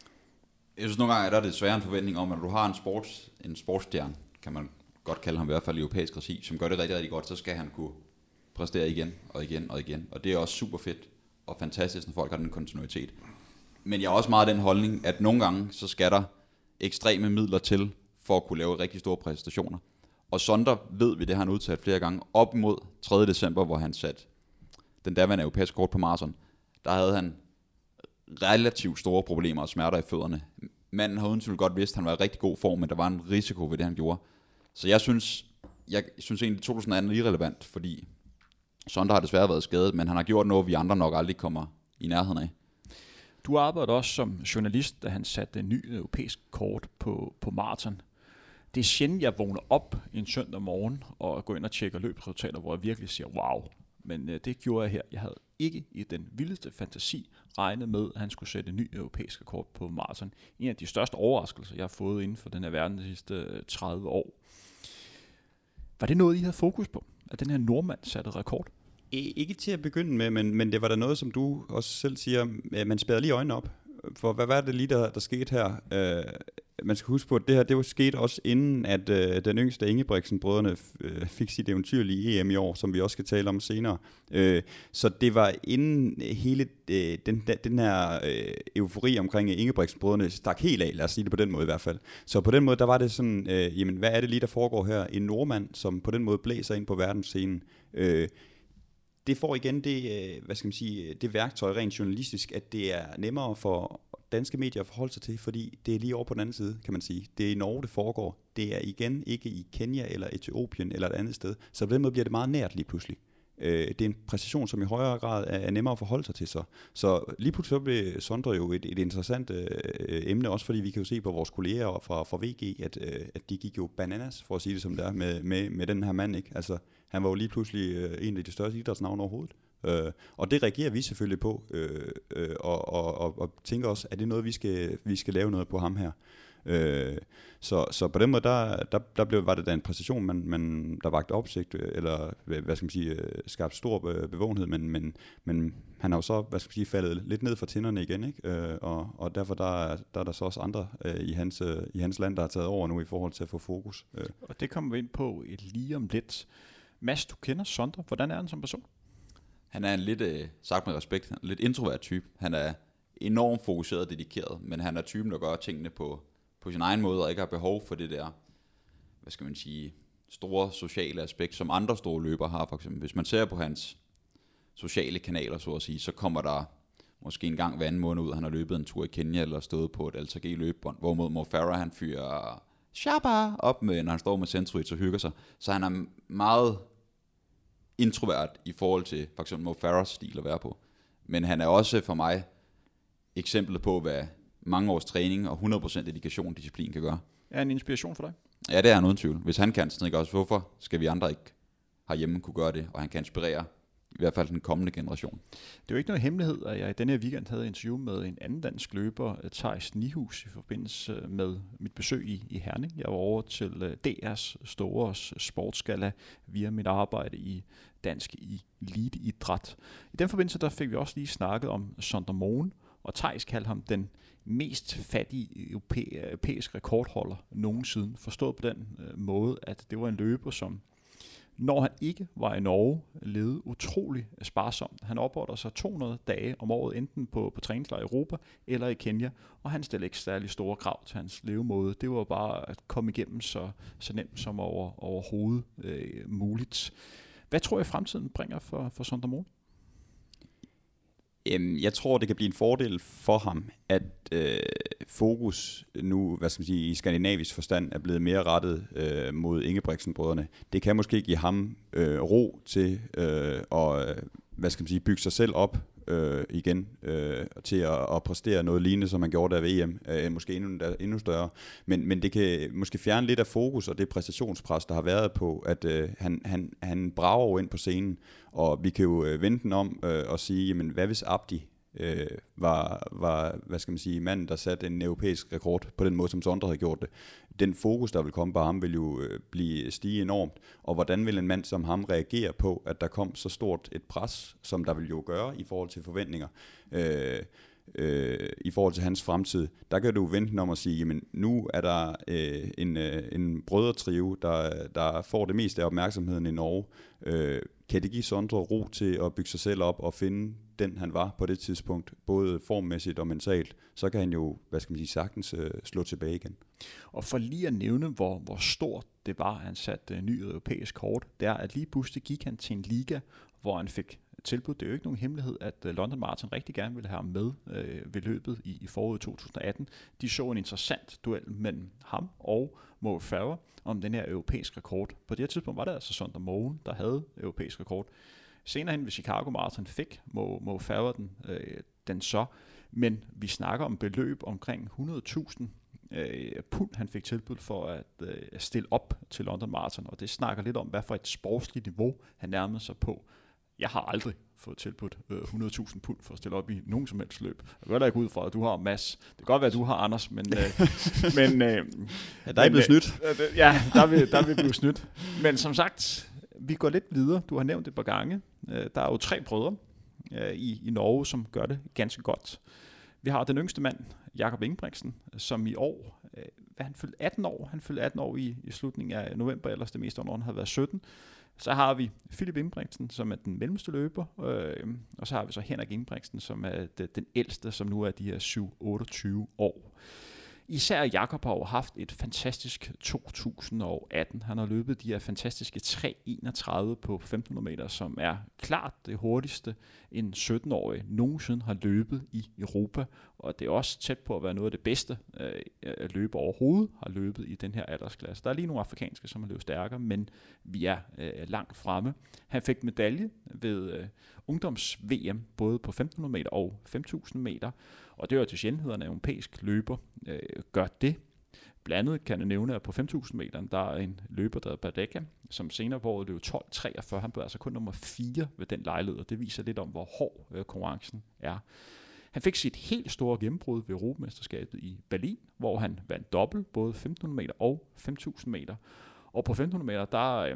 Jeg synes nogle gange, at der er det svære en forventning om, at når du har en, sports, en sportsstjerne, kan man godt kalde ham i hvert fald i europæisk regi, som gør det rigtig, rigtig godt, så skal han kunne præstere igen og igen og igen. Og det er også super fedt og fantastisk, når folk har den kontinuitet. Men jeg har også meget den holdning, at nogle gange, så skal der ekstreme midler til, for at kunne lave rigtig store præstationer. Og Sander, ved vi, det har han udtalt flere gange, op mod tredje december, hvor han satte den daværende europæiske kort på maraton, der havde han relativt store problemer og smerter i fødderne. Manden havde uden tvivl godt vidst, at han var i rigtig god form, men der var en risiko ved det, han gjorde. Så jeg synes, jeg synes egentlig, at to tusind atten er irrelevant, fordi Sander har desværre været skadet, men han har gjort noget, vi andre nok aldrig kommer i nærheden af. Du arbejdede også som journalist, da han satte en ny europæisk kort på, på maraton. Det er sjældent, jeg vågner op en søndag morgen og går ind og tjekker løbsresultater, hvor jeg virkelig siger, wow. Men øh, det gjorde jeg her. Jeg havde ikke i den vildeste fantasi regnet med, at han skulle sætte en ny europæisk kort på maraton. En af de største overraskelser, jeg har fået inden for den her verden de sidste tredive år. Var det noget, I havde fokus på, at den her nordmand satte rekord? Ikke til at begynde med, men, men det var da noget, som du også selv siger, at man spærrede lige øjnene op. For hvad var det lige, der, der skete her? Uh, man skal huske på, at det her det var sket også inden, at uh, den yngste Ingebrigtsen-brødrene uh, fik sit eventyrlige E M i år, som vi også skal tale om senere. Uh, så det var inden hele uh, den, den her uh, eufori omkring Ingebrigtsen-brødrene stak helt af, lad os sige det på den måde i hvert fald. Så på den måde, der var det sådan, uh, jamen hvad er det lige, der foregår her? En nordmand, som på den måde blæser ind på verdensscenen. Uh, Det får igen det, hvad skal man sige, det værktøj rent journalistisk, at det er nemmere for danske medier at forholde sig til, fordi det er lige over på den anden side, kan man sige. Det er i Norge, det foregår. Det er igen ikke i Kenya eller Etiopien eller et andet sted. Så på den måde bliver det meget nært lige pludselig. Det er en præcision, som i højere grad er nemmere at forholde sig til. Så, så lige pludselig så blev Sondre jo et, et interessant øh, emne, også fordi vi kan jo se på vores kolleger fra, fra V G, at, øh, at de gik jo bananas, for at sige det som det er, med, med, med den her mand, ikke? Altså, han var jo lige pludselig øh, en af de største idrætsnavne overhovedet. Øh, og det reagerer vi selvfølgelig på, øh, øh, og, og, og, og tænker også, at det er noget, vi skal, vi skal lave noget på ham her. Øh, så, så på den måde, der, der, der blev, var det da en præstation, man, man, der vagte opsigt, eller hvad skal man sige, skabte stor bevågenhed, men, men, men han har jo så, hvad skal man sige, faldet lidt ned fra tinderne igen, ikke? Øh, og, og derfor der, der er der så også andre øh, i, hans, øh, i hans land, der har taget over nu i forhold til at få fokus. Øh. Og det kommer vi ind på et lige om lidt. Mads, du kender Sondre. Hvordan er han som person? Han er en lidt, øh, sagt med respekt, en lidt introvert type. Han er enormt fokuseret og dedikeret, men han er typen, der gør tingene på, på sin egen måde, og ikke har behov for det der, hvad skal man sige, store sociale aspekt, som andre store løbere har. For eksempel, hvis man ser på hans sociale kanaler, så at sige, så kommer der måske en gang hver anden måned ud, han har løbet en tur i Kenya, eller stået på et Alta G løbebånd, hvorimod Mo Farah, han fyrer Shabba op med, når han står med Centroids og hygger sig. Så han er meget introvert i forhold til for eksempel Mo Farahs stil at være på. Men han er også for mig eksemplet på, hvad mange års træning og hundrede procent dedikation og disciplin kan gøre. Er en inspiration for dig? Ja, det er han uden tvivl. Hvis han kan, så ikke også, hvorfor skal vi andre ikke herhjemme kunne gøre det, og han kan inspirere i hvert fald den kommende generation. Det er jo ikke noget hemmelighed, at jeg i denne her weekend havde interview med en anden dansk løber, Theis Nihus, i forbindelse med mit besøg i, i Herning. Jeg var over til D R's store sportsgala via mit arbejde i Dansk Eliteidræt. I den forbindelse der fik vi også lige snakket om Sander Moen, og Theis kaldte ham den mest fattige europæiske rekordholder nogensinde. Forstået på den øh, måde, at det var en løber, som når han ikke var i Norge, levede utrolig sparsomt. Han opholder sig to hundrede dage om året, enten på, på træningslejr i Europa eller i Kenya, og han stillede ikke særlig store krav til hans levemåde. Det var bare at komme igennem så, så nemt som over, overhovedet øh, muligt. Hvad tror jeg fremtiden bringer for, for Sander Moen? Jeg tror, det kan blive en fordel for ham, at øh, fokus nu, hvad skal man sige, i skandinavisk forstand er blevet mere rettet øh, mod Ingebrigtsen-brødrene. Det kan måske give ham øh, ro til øh, at, hvad skal man sige, bygge sig selv op øh, igen øh, til at, at præstere noget lignende, som han gjorde der ved E M, øh, måske endnu, endnu større. Men, men det kan måske fjerne lidt af fokus og det præstationspres, der har været på, at øh, han, han, han brager jo ind på scenen, og vi kan jo øh, vende den om øh, og sige, jamen hvad hvis Abdi øh, var, var, hvad skal man sige, manden, der satte en europæisk rekord på den måde, som Sondre havde gjort det. Den fokus, der vil komme på ham, vil jo øh, blive stige enormt, og hvordan vil en mand som ham reagere på, at der kom så stort et pres, som der vil jo gøre i forhold til forventninger, øh, øh, i forhold til hans fremtid. Der kan du vente om at sige, jamen nu er der øh, en, øh, en brødretrio, der, der får det meste af opmærksomheden i Norge. Øh, kan det give Sondre ro til at bygge sig selv op og finde den, han var på det tidspunkt, både formmæssigt og mentalt, så kan han jo, hvad skal man sige, sagtens øh, slå tilbage igen. Og for lige at nævne, hvor, hvor stort det var, at han satte uh, ny europæisk kort, det er, at lige pludselig gik han til en liga, hvor han fik tilbud. Det er jo ikke nogen hemmelighed, at uh, London Marathon rigtig gerne ville have ham med uh, ved løbet i, i foråret to tusind atten. De så en interessant duel mellem ham og Mo Farah om den her europæiske rekord. På det her tidspunkt var det altså Sander Moen, der havde europæisk rekord. Senere hen ved Chicago Marathon fik Mo, Mo Farah den, øh, den så, men vi snakker om beløb omkring hundrede tusind øh, pund, han fik tilbud for at øh, stille op til London Marathon, og det snakker lidt om, hvad for et sportsligt niveau han nærmede sig på. Jeg har aldrig fået tilbudt øh, hundrede tusind pund for at stille op i nogen som helst løb. Jeg går da ikke ud fra, at du har Mads. Det kan godt være, at du har Anders, men... Øh, men øh, ja, der er blevet snydt. Øh, ja, der vil, der vil blive snydt. Men som sagt, vi går lidt videre. Du har nævnt det et par gange. Der er jo tre brødre i, i Norge, som gør det ganske godt. Vi har den yngste mand, Jakob Ingebrigtsen, som i år, hvad han fyldte atten år. Han fyldte atten år i, i slutningen af november, ellers det meste af året har været sytten. Så har vi Philip Ingebrigtsen, som er den mellemste løber, øh, og så har vi så Henrik Ingebrigtsen, som er det, den ældste, som nu er de her syv otteogtyve år. Især Jakob har jo haft et fantastisk to tusind atten. Han har løbet de her fantastiske tre enogtredive på femten hundrede meter, som er klart det hurtigste, en sytten-årig nogensinde har løbet i Europa. Og det er også tæt på at være noget af det bedste øh, løber overhovedet har løbet i den her aldersklasse. Der er lige nogle afrikanske, som har løbet stærkere, men vi er øh, langt fremme. Han fik medalje ved øh, ungdoms-V M, både på femten hundrede meter og fem tusind meter. Og det er jo til sjældenhederne, at en europæisk løber øh, gør det. Blandt andet kan jeg nævne, at på fem tusind meter, der er en løber, der hedder Badeka, som senere på året løb tolv treogfyrre. Han blev altså kun nummer fire ved den lejlighed, og det viser lidt om, hvor hård øh, konkurrencen er. Han fik sit helt store gennembrud ved Europamesterskabet i Berlin, hvor han vandt dobbelt, både femten hundrede meter og fem tusind meter. Og på femten hundrede meter, der... Øh,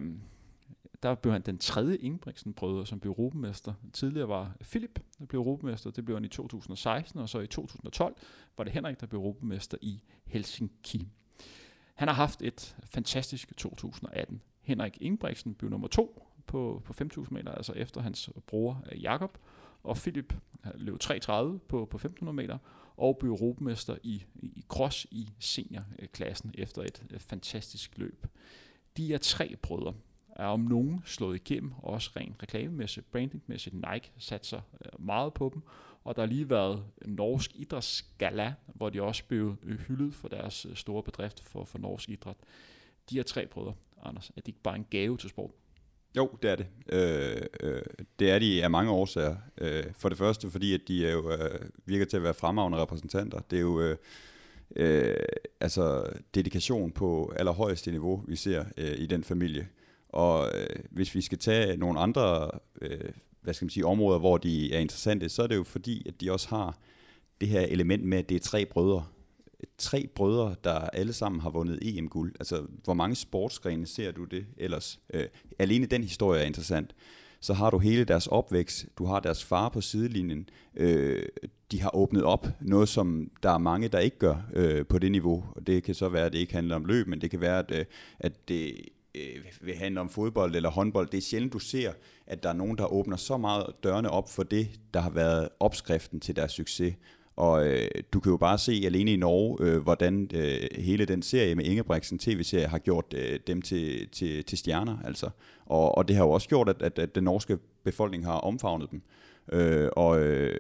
Der blev han den tredje Ingebrigtsen-brødre, som blev europamester. Tidligere var Philip, der blev europamester. Det blev han i to tusind seksten, og så i to tusind tolv var det Henrik, der blev europamester i Helsinki. Han har haft et fantastisk to tusind atten. Henrik Ingebrigtsen blev nummer to på, på fem tusind meter, altså efter hans bror Jakob. og Philip løb tre tredive på, på femten hundrede meter, og blev europamester i, i cross i seniorklassen efter et, et fantastisk løb. De er tre brødre, er om nogen slået igennem, også rent reklamemæssigt, brandingmæssigt. Nike satser meget på dem, og der har lige været en norsk idrætsgala, hvor de også blev hyldet for deres store bedrift for, for norsk idræt. De er tre brødre, Anders. Er de ikke bare en gave til sport? Jo, det er det. Øh, øh, det er de af mange årsager. Øh, for det første, fordi at de er jo, øh, virker til at være fremragende repræsentanter. Det er jo øh, øh, altså dedikation på allerhøjeste niveau, vi ser øh, i den familie. Og øh, hvis vi skal tage nogle andre øh, hvad skal man sige, områder, hvor de er interessante, så er det jo fordi, at de også har det her element med, at det er tre brødre. Tre brødre, der alle sammen har vundet E M-guld. Altså, hvor mange sportsgrene ser du det ellers? Øh, alene den historie er interessant. Så har du hele deres opvækst, du har deres far på sidelinjen, øh, de har åbnet op, noget som der er mange, der ikke gør øh, på det niveau. Og det kan så være, at det ikke handler om løb, men det kan være, at, øh, at det øh, vil handle om fodbold eller håndbold. Det er sjældent, du ser, at der er nogen, der åbner så meget dørene op for det, der har været opskriften til deres succes. Og øh, du kan jo bare se alene i Norge, øh, hvordan øh, hele den serie med Ingebrigtsen T V-serie har gjort øh, dem til, til, til stjerner. Altså. Og, og det har jo også gjort, at, at, at den norske befolkning har omfavnet dem. Øh, og øh,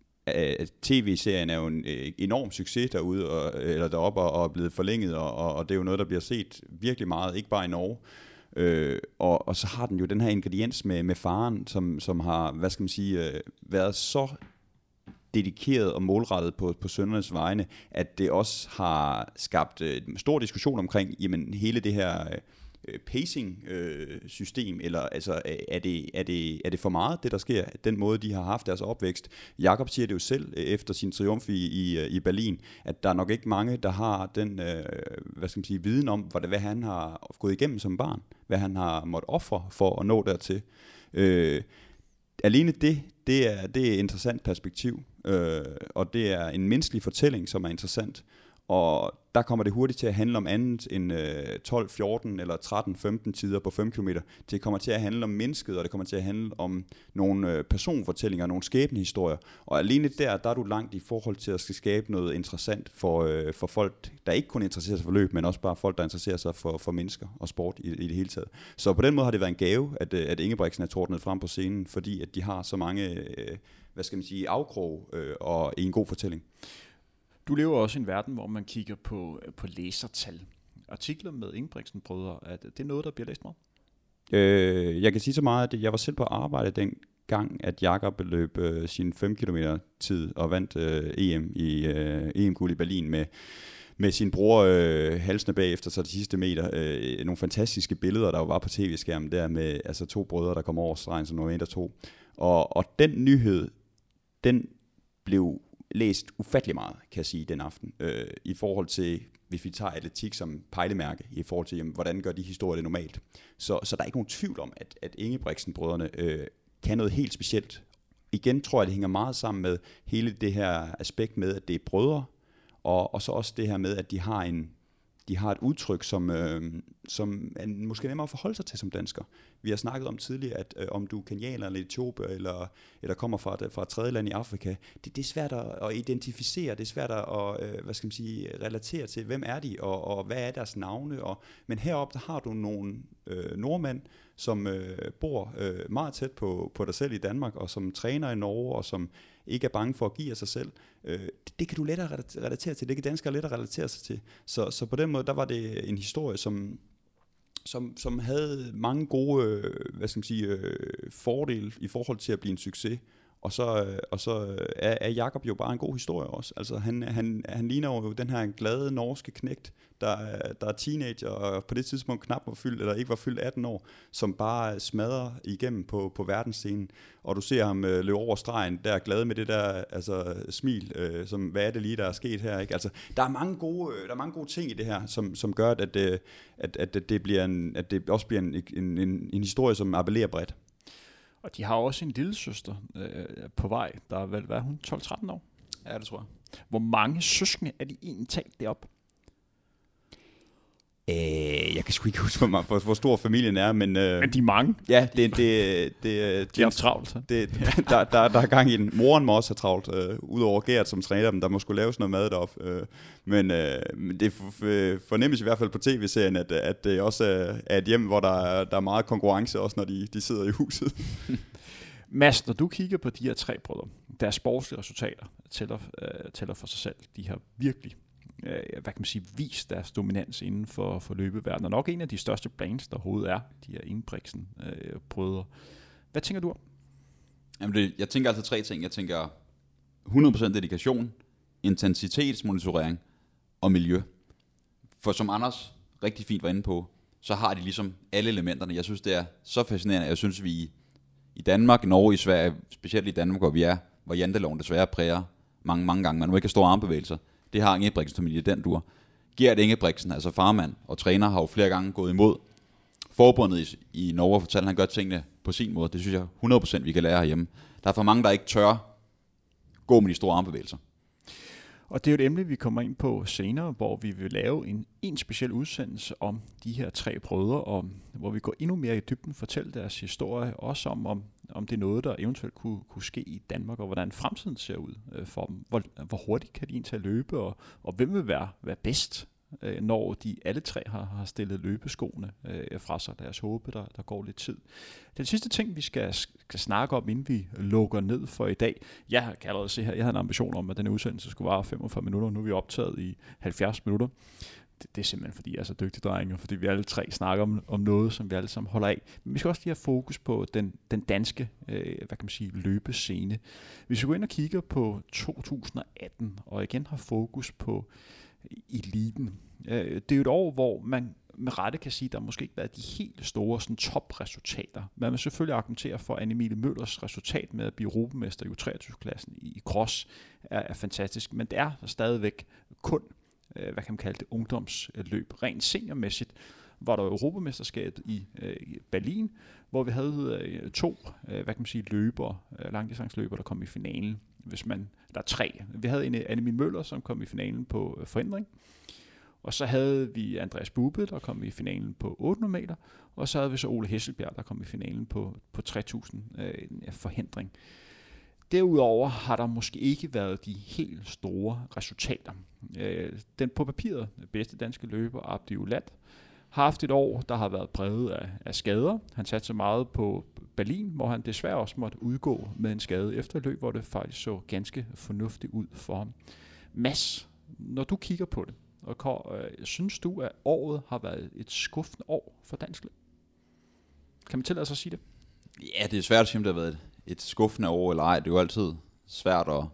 T V-serien er jo en øh, enorm succes derude, og, eller deroppe, og, og er blevet forlænget, og, og, og det er jo noget, der bliver set virkelig meget, ikke bare i Norge. Øh, og, og så har den jo den her ingrediens med, med faren, som, som har, hvad skal man sige, øh, været så dedikeret og målrettet på, på sønnernes vegne, at det også har skabt øh, en stor diskussion omkring jamen, hele det her øh, pacing-system, øh, eller altså, er det, er, det, er det for meget, det der sker, den måde, de har haft deres opvækst. Jakob siger det jo selv, øh, efter sin triumf i, i, i Berlin, at der er nok ikke mange, der har den øh, hvad skal man sige, viden om, hvad, det, hvad han har gået igennem som barn, hvad han har måttet ofre for at nå dertil. Øh, alene det, det er, det er et interessant perspektiv. Øh, og det er en menneskelig fortælling, som er interessant, og der kommer det hurtigt til at handle om andet end øh, tolv, fjorten eller tretten, femten tider på fem kilometer. Det kommer til at handle om mennesket, og det kommer til at handle om nogle øh, personfortællinger, nogle skæbnehistorier, og alene der, der er du langt i forhold til at skal skabe noget interessant for, øh, for folk, der ikke kun interesserer sig for løb, men også bare folk, der interesserer sig for, for mennesker og sport i, i det hele taget. Så på den måde har det været en gave, at, at Ingebrigtsen er tordnet frem på scenen, fordi at de har så mange øh, hvad skal man sige, afkrog øh, og en god fortælling. Du lever også i en verden, hvor man kigger på, på læsertal. Artikler med Ingebrigtsen-brødre, er det, det er noget, der bliver læst meget? Øh, jeg kan sige så meget, at jeg var selv på arbejde den gang, at Jakob løb øh, sin fem kilometer tid og vandt øh, E M i øh, E M-guld i Berlin med, med sin bror øh, halsende bagefter, så de sidste meter. Øh, nogle fantastiske billeder, der jo var på tv-skærmen der med altså, to brødre, der kom over stregen som nummer et og to. Og, og den nyhed, den blev læst ufattelig meget, kan jeg sige, den aften, øh, i forhold til, hvis vi tager atletik som pejlemærke, i forhold til, jamen, hvordan gør de historier det normalt. Så, så der er ikke nogen tvivl om, at, at Ingebrigtsen-brødrene øh, kan noget helt specielt. Igen tror jeg, det hænger meget sammen med hele det her aspekt med, at det er brødre, og, og så også det her med, at de har en de har et udtryk, som, øh, som er måske nemmere at forholde sig til som dansker. Vi har snakket om tidligere, at øh, om du er kenianer eller etiopier, eller, eller kommer fra, fra et tredje land i Afrika, det, det er svært at identificere, det er svært at øh, hvad skal man sige, relatere til, hvem er de, og, og hvad er deres navne. Og, men heroppe der har du nogle øh, nordmænd, som øh, bor øh, meget tæt på, på dig selv i Danmark, og som træner i Norge, og som ikke er bange for at give af sig selv. Øh, det, det kan du lettere relatere til, det kan danskere lettere relatere sig til. Så, så på den måde, der var det en historie, som, som, som havde mange gode øh, hvad skal man sige, øh, fordele i forhold til at blive en succes. Og så, og så er, er Jakob jo bare en god historie også. Altså han, han, han ligner jo den her glade norske knægt, der, der er teenager og på det tidspunkt knap var fyldt, eller ikke var fyldt atten år, som bare smadrer igennem på, på verdensscenen. Og du ser ham øh, løbe over stregen, der er glad med det der altså, smil, øh, som hvad er det lige, der er sket her. Ikke? Altså, der, er mange gode, der er mange gode ting i det her, som, som gør, at, at, at, at, det bliver en, at det også bliver en, en, en, en historie, som appellerer bredt. Og de har også en lille søster øh, på vej, der er vel, hvad er hun, tolv tretten år? Ja, det tror jeg. Hvor mange søskende er de egentlig talt deroppe? Øh, jeg kan sgu ikke huske, hvor, hvor, hvor stor familien er, men... Øh, men de er mange. Ja, det... det, det de har travlt, så. Det, der, der, der er gang i den. Moren må også have travlt, øh, udover Gert, som træner dem. Der må skulle laves noget mad deroppe. Øh, men øh, det fornemmes i hvert fald på tv-serien, at, at det også er et hjem, hvor der er, der er meget konkurrence, også når de, de sidder i huset. Mads, når du kigger på de her tre brødre, deres sportslige resultater tæller, øh, tæller for sig selv. De har virkelig øh, hvad kan man sige, vist deres dominans inden for, for løbeverdenen. Og nok en af de største brands, der overhovedet er, de her Ingebrigtsen-brødre. Øh, Hvad tænker du om? Jamen det, jeg tænker altså tre ting. Jeg tænker hundrede procent dedikation, intensitetsmonitorering og miljø. For som Anders rigtig fint var inde på, så har de ligesom alle elementerne. Jeg synes, det er så fascinerende. Jeg synes, vi i Danmark, Norge, i Sverige, specielt i Danmark, hvor vi er, hvor janteloven desværre præger mange, mange gange. Man må ikke have store armbevægelser. Det har Ingebrigtsens familie, den dur. Gert Ingebrigtsen, altså farmand og træner, har jo flere gange gået imod forbundet i, i Norge og fortalt, at han gør tingene på sin måde. Det synes jeg hundrede procent, vi kan lære herhjemme. Der er for mange, der ikke tør gå med de store armbevægelser. Og det er jo et emne, vi kommer ind på senere, hvor vi vil lave en, en speciel udsendelse om de her tre brødre, og hvor vi går endnu mere i dybden, fortælle deres historie, også om, om, om det er noget, der eventuelt kunne, kunne ske i Danmark, og hvordan fremtiden ser ud øh, for dem. Hvor, hvor hurtigt kan de egentlig løbe, og, og hvem vil være, være bedst, øh, når de alle tre har, har stillet løbeskoene øh, fra sig. Lad os håbe, der, der går lidt tid. Den sidste ting, vi skal, skal snakke om, inden vi lukker ned for i dag. Jeg kan allerede se her, jeg havde en ambition om, at denne udsendelse skulle vare femogfyrre minutter. Nu er vi optaget i halvfjerds minutter. Det, det er simpelthen, fordi jeg er så dygtig, drenge, fordi vi alle tre snakker om, om noget, som vi alle sammen holder af. Men vi skal også lige have fokus på den, den danske øh, hvad kan man sige, løbescene. Hvis vi går ind og kigger på to tusind atten, og igen har fokus på eliten. Øh, det er jo et år, hvor man med rette kan sige, at der måske ikke har været de helt store sådan, topresultater. Man vil selvfølgelig argumentere for, at Anne-Mille Møllers resultat med at blive europamester i U treogtyve-klassen i, i cross er, er fantastisk, men det er stadigvæk kun, øh, hvad kan man kalde det, ungdomsløb. Rent seniormæssigt var der europamesterskabet i øh, Berlin, hvor vi havde øh, to øh, hvad kan man sige, løbere, øh, langdistanceløbere, der kom i finalen. Hvis man, der er tre. Vi havde en Anne-Mille Møller, som kom i finalen på øh, forhindring. Og så havde vi Andreas Bube, der kom i finalen på otte hundrede meter. Og så havde vi så Ole Hesselbjerg, der kom i finalen på, på tre tusind øh, forhindring. Derudover har der måske ikke været de helt store resultater. Øh, den på papiret bedste danske løber, Abdi Ulat, har haft et år, der har været præget af, af skader. Han satte så meget på Berlin, hvor han desværre også måtte udgå med en skade efter løb, hvor det faktisk så ganske fornuftigt ud for ham. Mads, når du kigger på det, og øh, synes du, at året har været et skuffende år for dansk løb? Kan man tillade sig at sige det? Ja, det er svært at sige, om det har været et, et skuffende år eller ej. Det er jo altid svært at,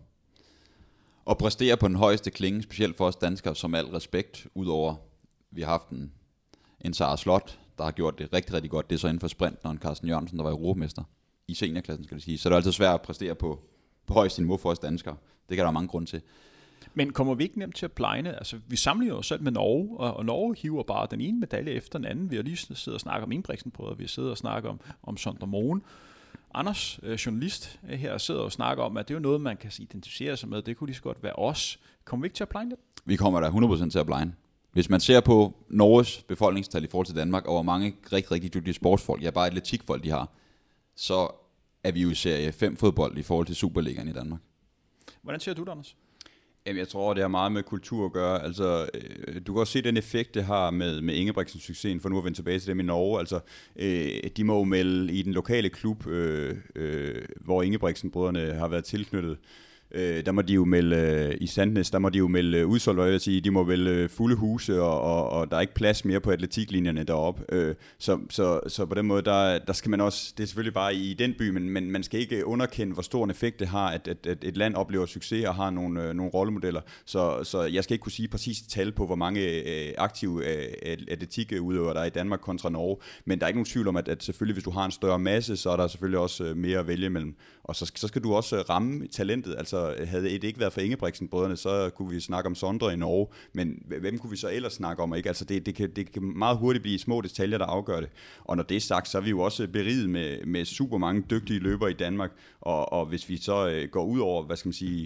at præstere på den højeste klinge, specielt for os danskere, som al respekt, udover vi har haft en, en Sara Slot, der har gjort det rigtig, rigtig godt. Det er så inden for sprint, når en Carsten Jørgensen, der var europamester i seniorklassen, skal det sige. Så det er altid svært at præstere på, på højeste niveau for os danskere. Det kan der være mange grunde til. Men kommer vi ikke nemt til at blegne? Altså, vi sammenligner jo selv med Norge, og, og Norge hiver bare den ene medalje efter den anden. Vi har lige siddet og snakket om Ingebrigtsen-brødre, vi har siddet og snakket om, om Sondre Moen. Anders, øh, journalist her, sidder og snakker om, at det er jo noget, man kan identificere sig med. Det kunne lige så godt være os. Kommer vi ikke til at blegne det? Vi kommer da hundrede procent til at blegne. Hvis man ser på Norges befolkningstal i forhold til Danmark, og hvor mange rigtig, rigtig dygtige sportsfolk, ja bare atletikfolk de har, så er vi jo i serie fem fodbold i forhold til Superligaen i Danmark. Hvordan ser du det, Anders? Jamen, jeg tror, det har meget med kultur at gøre. Altså, øh, du kan også se den effekt, det har med, med Ingebrigtsens succesen, for nu at vende tilbage til dem i Norge. Altså, øh, de må jo melde i den lokale klub, øh, øh, hvor Ingebrigtsen-brødrene har været tilknyttet. Øh, der må de jo melde, øh, i Sandnes, der må de jo melde øh, udsolgt, hvad jeg vil sige, de må melde fulde huse, og, og, og der er ikke plads mere på atletiklinjerne deroppe. Øh, så, så, så på den måde, der, der skal man også, det er selvfølgelig bare i den by, men, men man skal ikke underkende, hvor stor en effekt det har, at, at, at et land oplever succes og har nogle, øh, nogle rollemodeller. Så, så jeg skal ikke kunne sige præcis tal på, hvor mange øh, aktive øh, atletikudøvere der er i Danmark kontra Norge, men der er ikke nogen tvivl om, at, at selvfølgelig, hvis du har en større masse, så er der selvfølgelig også øh, mere at vælge mellem. Og så, så skal du også ramme talentet, altså havde det ikke været for Ingebrigtsen-brødrene, så kunne vi snakke om Sondre i Norge, men hvem kunne vi så ellers snakke om? Ikke? Altså det, det, kan, det kan meget hurtigt blive små detaljer, der afgør det. Og når det er sagt, så er vi jo også beriget med, med super mange dygtige løbere i Danmark, og, og hvis vi så øh, går ud over, hvad skal man sige,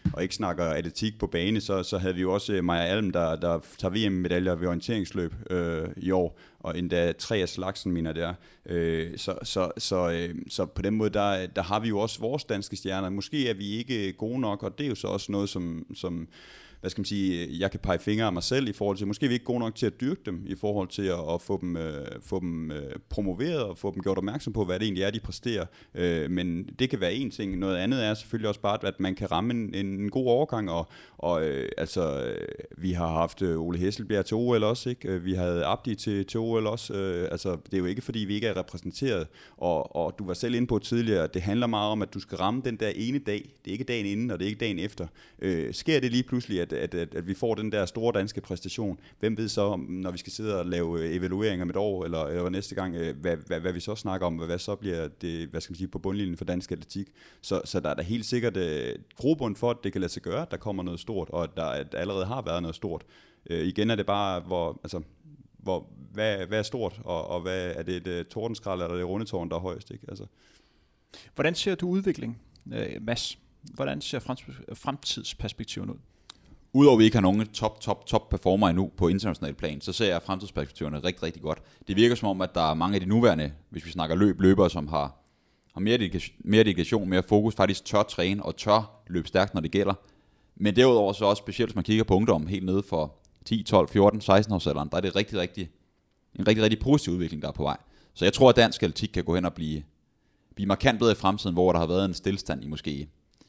og ikke snakker atletik på bane, så, så havde vi jo også Maja Alm, der, der tager V M-medaljer ved orienteringsløb øh, i år, og endda tre af slagsen, mener det er. Øh, så, så, så, øh, så på den måde, der, der har vi jo også vores danske stjerner. Måske er vi ikke gode nok, og det er jo så også noget, som... som hvad skal man sige, jeg kan pege fingre af mig selv i forhold til, måske er vi ikke gode nok til at dyrke dem, i forhold til at, at få dem, øh, få dem øh, promoveret, og få dem gjort opmærksom på, hvad det egentlig er, de præsterer. Øh, men det kan være en ting. Noget andet er selvfølgelig også bare, at man kan ramme en, en god overgang, og, og øh, altså, øh, vi har haft Ole Hesselbjerg til O L også, ikke? Vi havde Abdi til, til O L også. Øh, altså, det er jo ikke, fordi vi ikke er repræsenteret, og, og du var selv inde på tidligere, det handler meget om, at du skal ramme den der ene dag. Det er ikke dagen inden, og det er ikke dagen efter. Øh, sker det lige pludselig, at At, at, at vi får den der store danske præstation. Hvem ved så, om, når vi skal sidde og lave evaluering om et år, eller, eller næste gang, hvad, hvad, hvad vi så snakker om, hvad så bliver det, hvad skal man sige, på bundlinjen for dansk atletik. Så, så der er da helt sikkert uh, grobund for, at det kan lade sig gøre, at der kommer noget stort, og at der at allerede har været noget stort. Uh, igen er det bare, hvor, altså, hvor, hvad, hvad er stort, og, og hvad er det et uh, tordenskrald, eller er det rundetårn, der er højst? Ikke? Altså. Hvordan ser du udvikling, Mads? Hvordan ser fremtidsperspektiven ud? Udover at vi ikke har nogen top, top, top performer endnu på international plan, så ser jeg fremtidsperspektiverne rigtig, rigtig godt. Det virker som om, at der er mange af de nuværende, hvis vi snakker løb, løbere, som har, har mere, dedikation, mere dedikation, mere fokus, faktisk tør træne og tør løbe stærkt, når det gælder. Men derudover så også specielt, hvis man kigger på ungdom helt nede for ti, tolv, fjorten, seksten års alderen, der er det rigtig, rigtig, en rigtig, rigtig positiv udvikling, der er på vej. Så jeg tror, at dansk atletik kan gå hen og blive, blive markant bedre i fremtiden, hvor der har været en stillstand i måske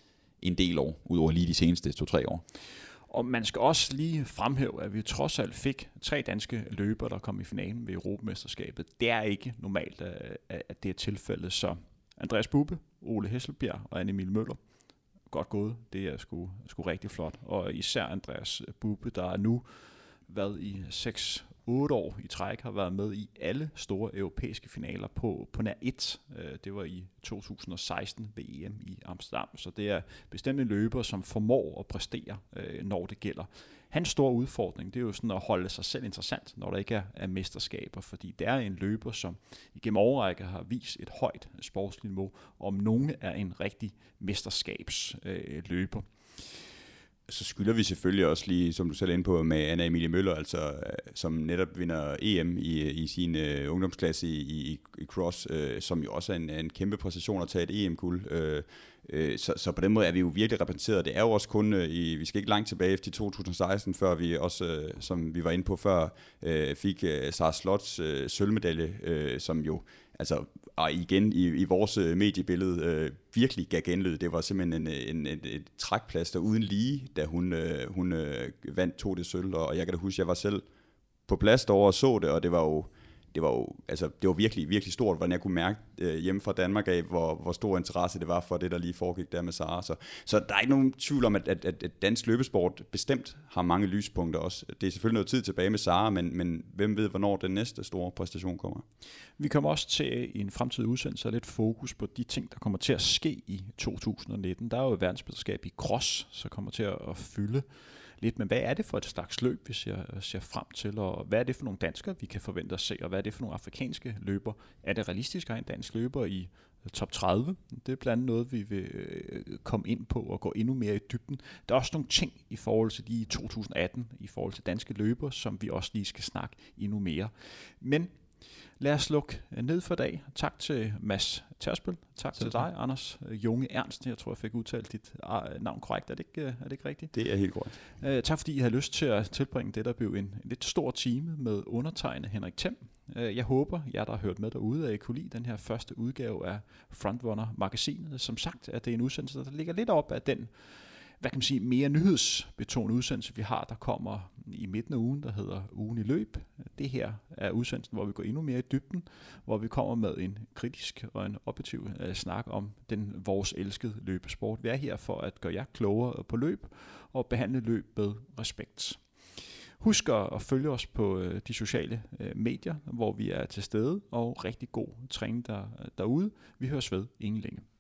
en del år, udover lige de seneste to-tre år. Og man skal også lige fremhæve, at vi trods alt fik tre danske løbere, der kom i finalen ved Europamesterskabet. Det er ikke normalt, at det er tilfældet. Så Andreas Bubbe, Ole Hesselbjerg og Anne Emil Møller, godt gået. Det er sgu, sgu rigtig flot. Og især Andreas Bubbe, der er nu været i seks otte år i træk, har været med i alle store europæiske finaler på, på nær et. Det var i to tusind og seksten ved E M i Amsterdam. Så det er bestemt en løber, som formår at præstere, når det gælder. Hans store udfordring, det er jo sådan at holde sig selv interessant, når der ikke er, er mesterskaber, fordi det er en løber, som igennem årrække har vist et højt sportsligt niveau, og om nogen er en rigtig mesterskabsløber. Så skylder vi selvfølgelig også lige, som du selv er inde på, med Anna Emilie Møller, altså, som netop vinder E M i, i sin uh, ungdomsklasse i, i, i cross, uh, som jo også er en, en kæmpe præstation at tage et E M-guld. Uh, uh, så, så på den måde er vi jo virkelig repræsenteret. Det er jo også kun, uh, i, vi skal ikke langt tilbage efter to tusind og seksten, før vi også, uh, som vi var inde på før, uh, fik uh, Sara Slots uh, sølvmedalje, uh, som jo altså, og igen i, i vores mediebillede øh, virkelig gav genlyd. Det var simpelthen en, en, en, et trækplaster uden lige, da hun, øh, hun øh, vandt to det sølv, og jeg kan da huske, jeg var selv på plads derovre og så det, og det var jo det var jo altså det var virkelig virkelig stort, hvordan jeg kunne mærke øh, hjemme fra Danmark af, hvor, hvor stor interesse det var for det, der lige foregik der med Sara. Så, så der er ikke nogen tvivl om, at, at, at dansk løbesport bestemt har mange lyspunkter også. Det er selvfølgelig noget tid tilbage med Sara, men, men hvem ved, hvornår den næste store præstation kommer. Vi kommer også til i en fremtidig udsendelse lidt fokus på de ting, der kommer til at ske i to tusind og nitten. Der er jo et verdensmesterskab i cross, så kommer til at fylde lidt, men hvad er det for et slags løb, vi ser, ser frem til, og hvad er det for nogle danskere, vi kan forvente at se, og hvad er det for nogle afrikanske løber? Er det realistisk at have en dansk løber i top tredive? Det er blandt andet noget, vi vil komme ind på og gå endnu mere i dybden. Der er også nogle ting i forhold til de i to tusind atten, i forhold til danske løber, som vi også lige skal snakke endnu mere. Men lad os lukke ned for i dag. Tak til Mads Tersbøl. Tak til dig, Anders Junge Ernst. Jeg tror, jeg fik udtalt dit navn korrekt. Er det ikke, er det ikke rigtigt? Det er helt korrekt. Uh, tak fordi I havde lyst til at tilbringe det, der blev en, en lidt stor time med undertegnet Henrik Them. Uh, jeg håber, jer der har hørt med derude, at I kunne lide den her første udgave af Frontrunner-magasinet. Som sagt er det en udsendelse, der ligger lidt op af den, hvad kan man sige, mere nyhedsbetonet udsendelse, vi har, der kommer i midten af ugen, der hedder Ugen i løb. Det her er udsendelsen, hvor vi går endnu mere i dybden, hvor vi kommer med en kritisk og en objektiv uh, snak om den vores elskede løbesport. Vi er her for at gøre jer klogere på løb og behandle løb med respekt. Husk at følge os på uh, de sociale uh, medier, hvor vi er til stede, og rigtig god træning der, derude. Vi høres ved inden længe.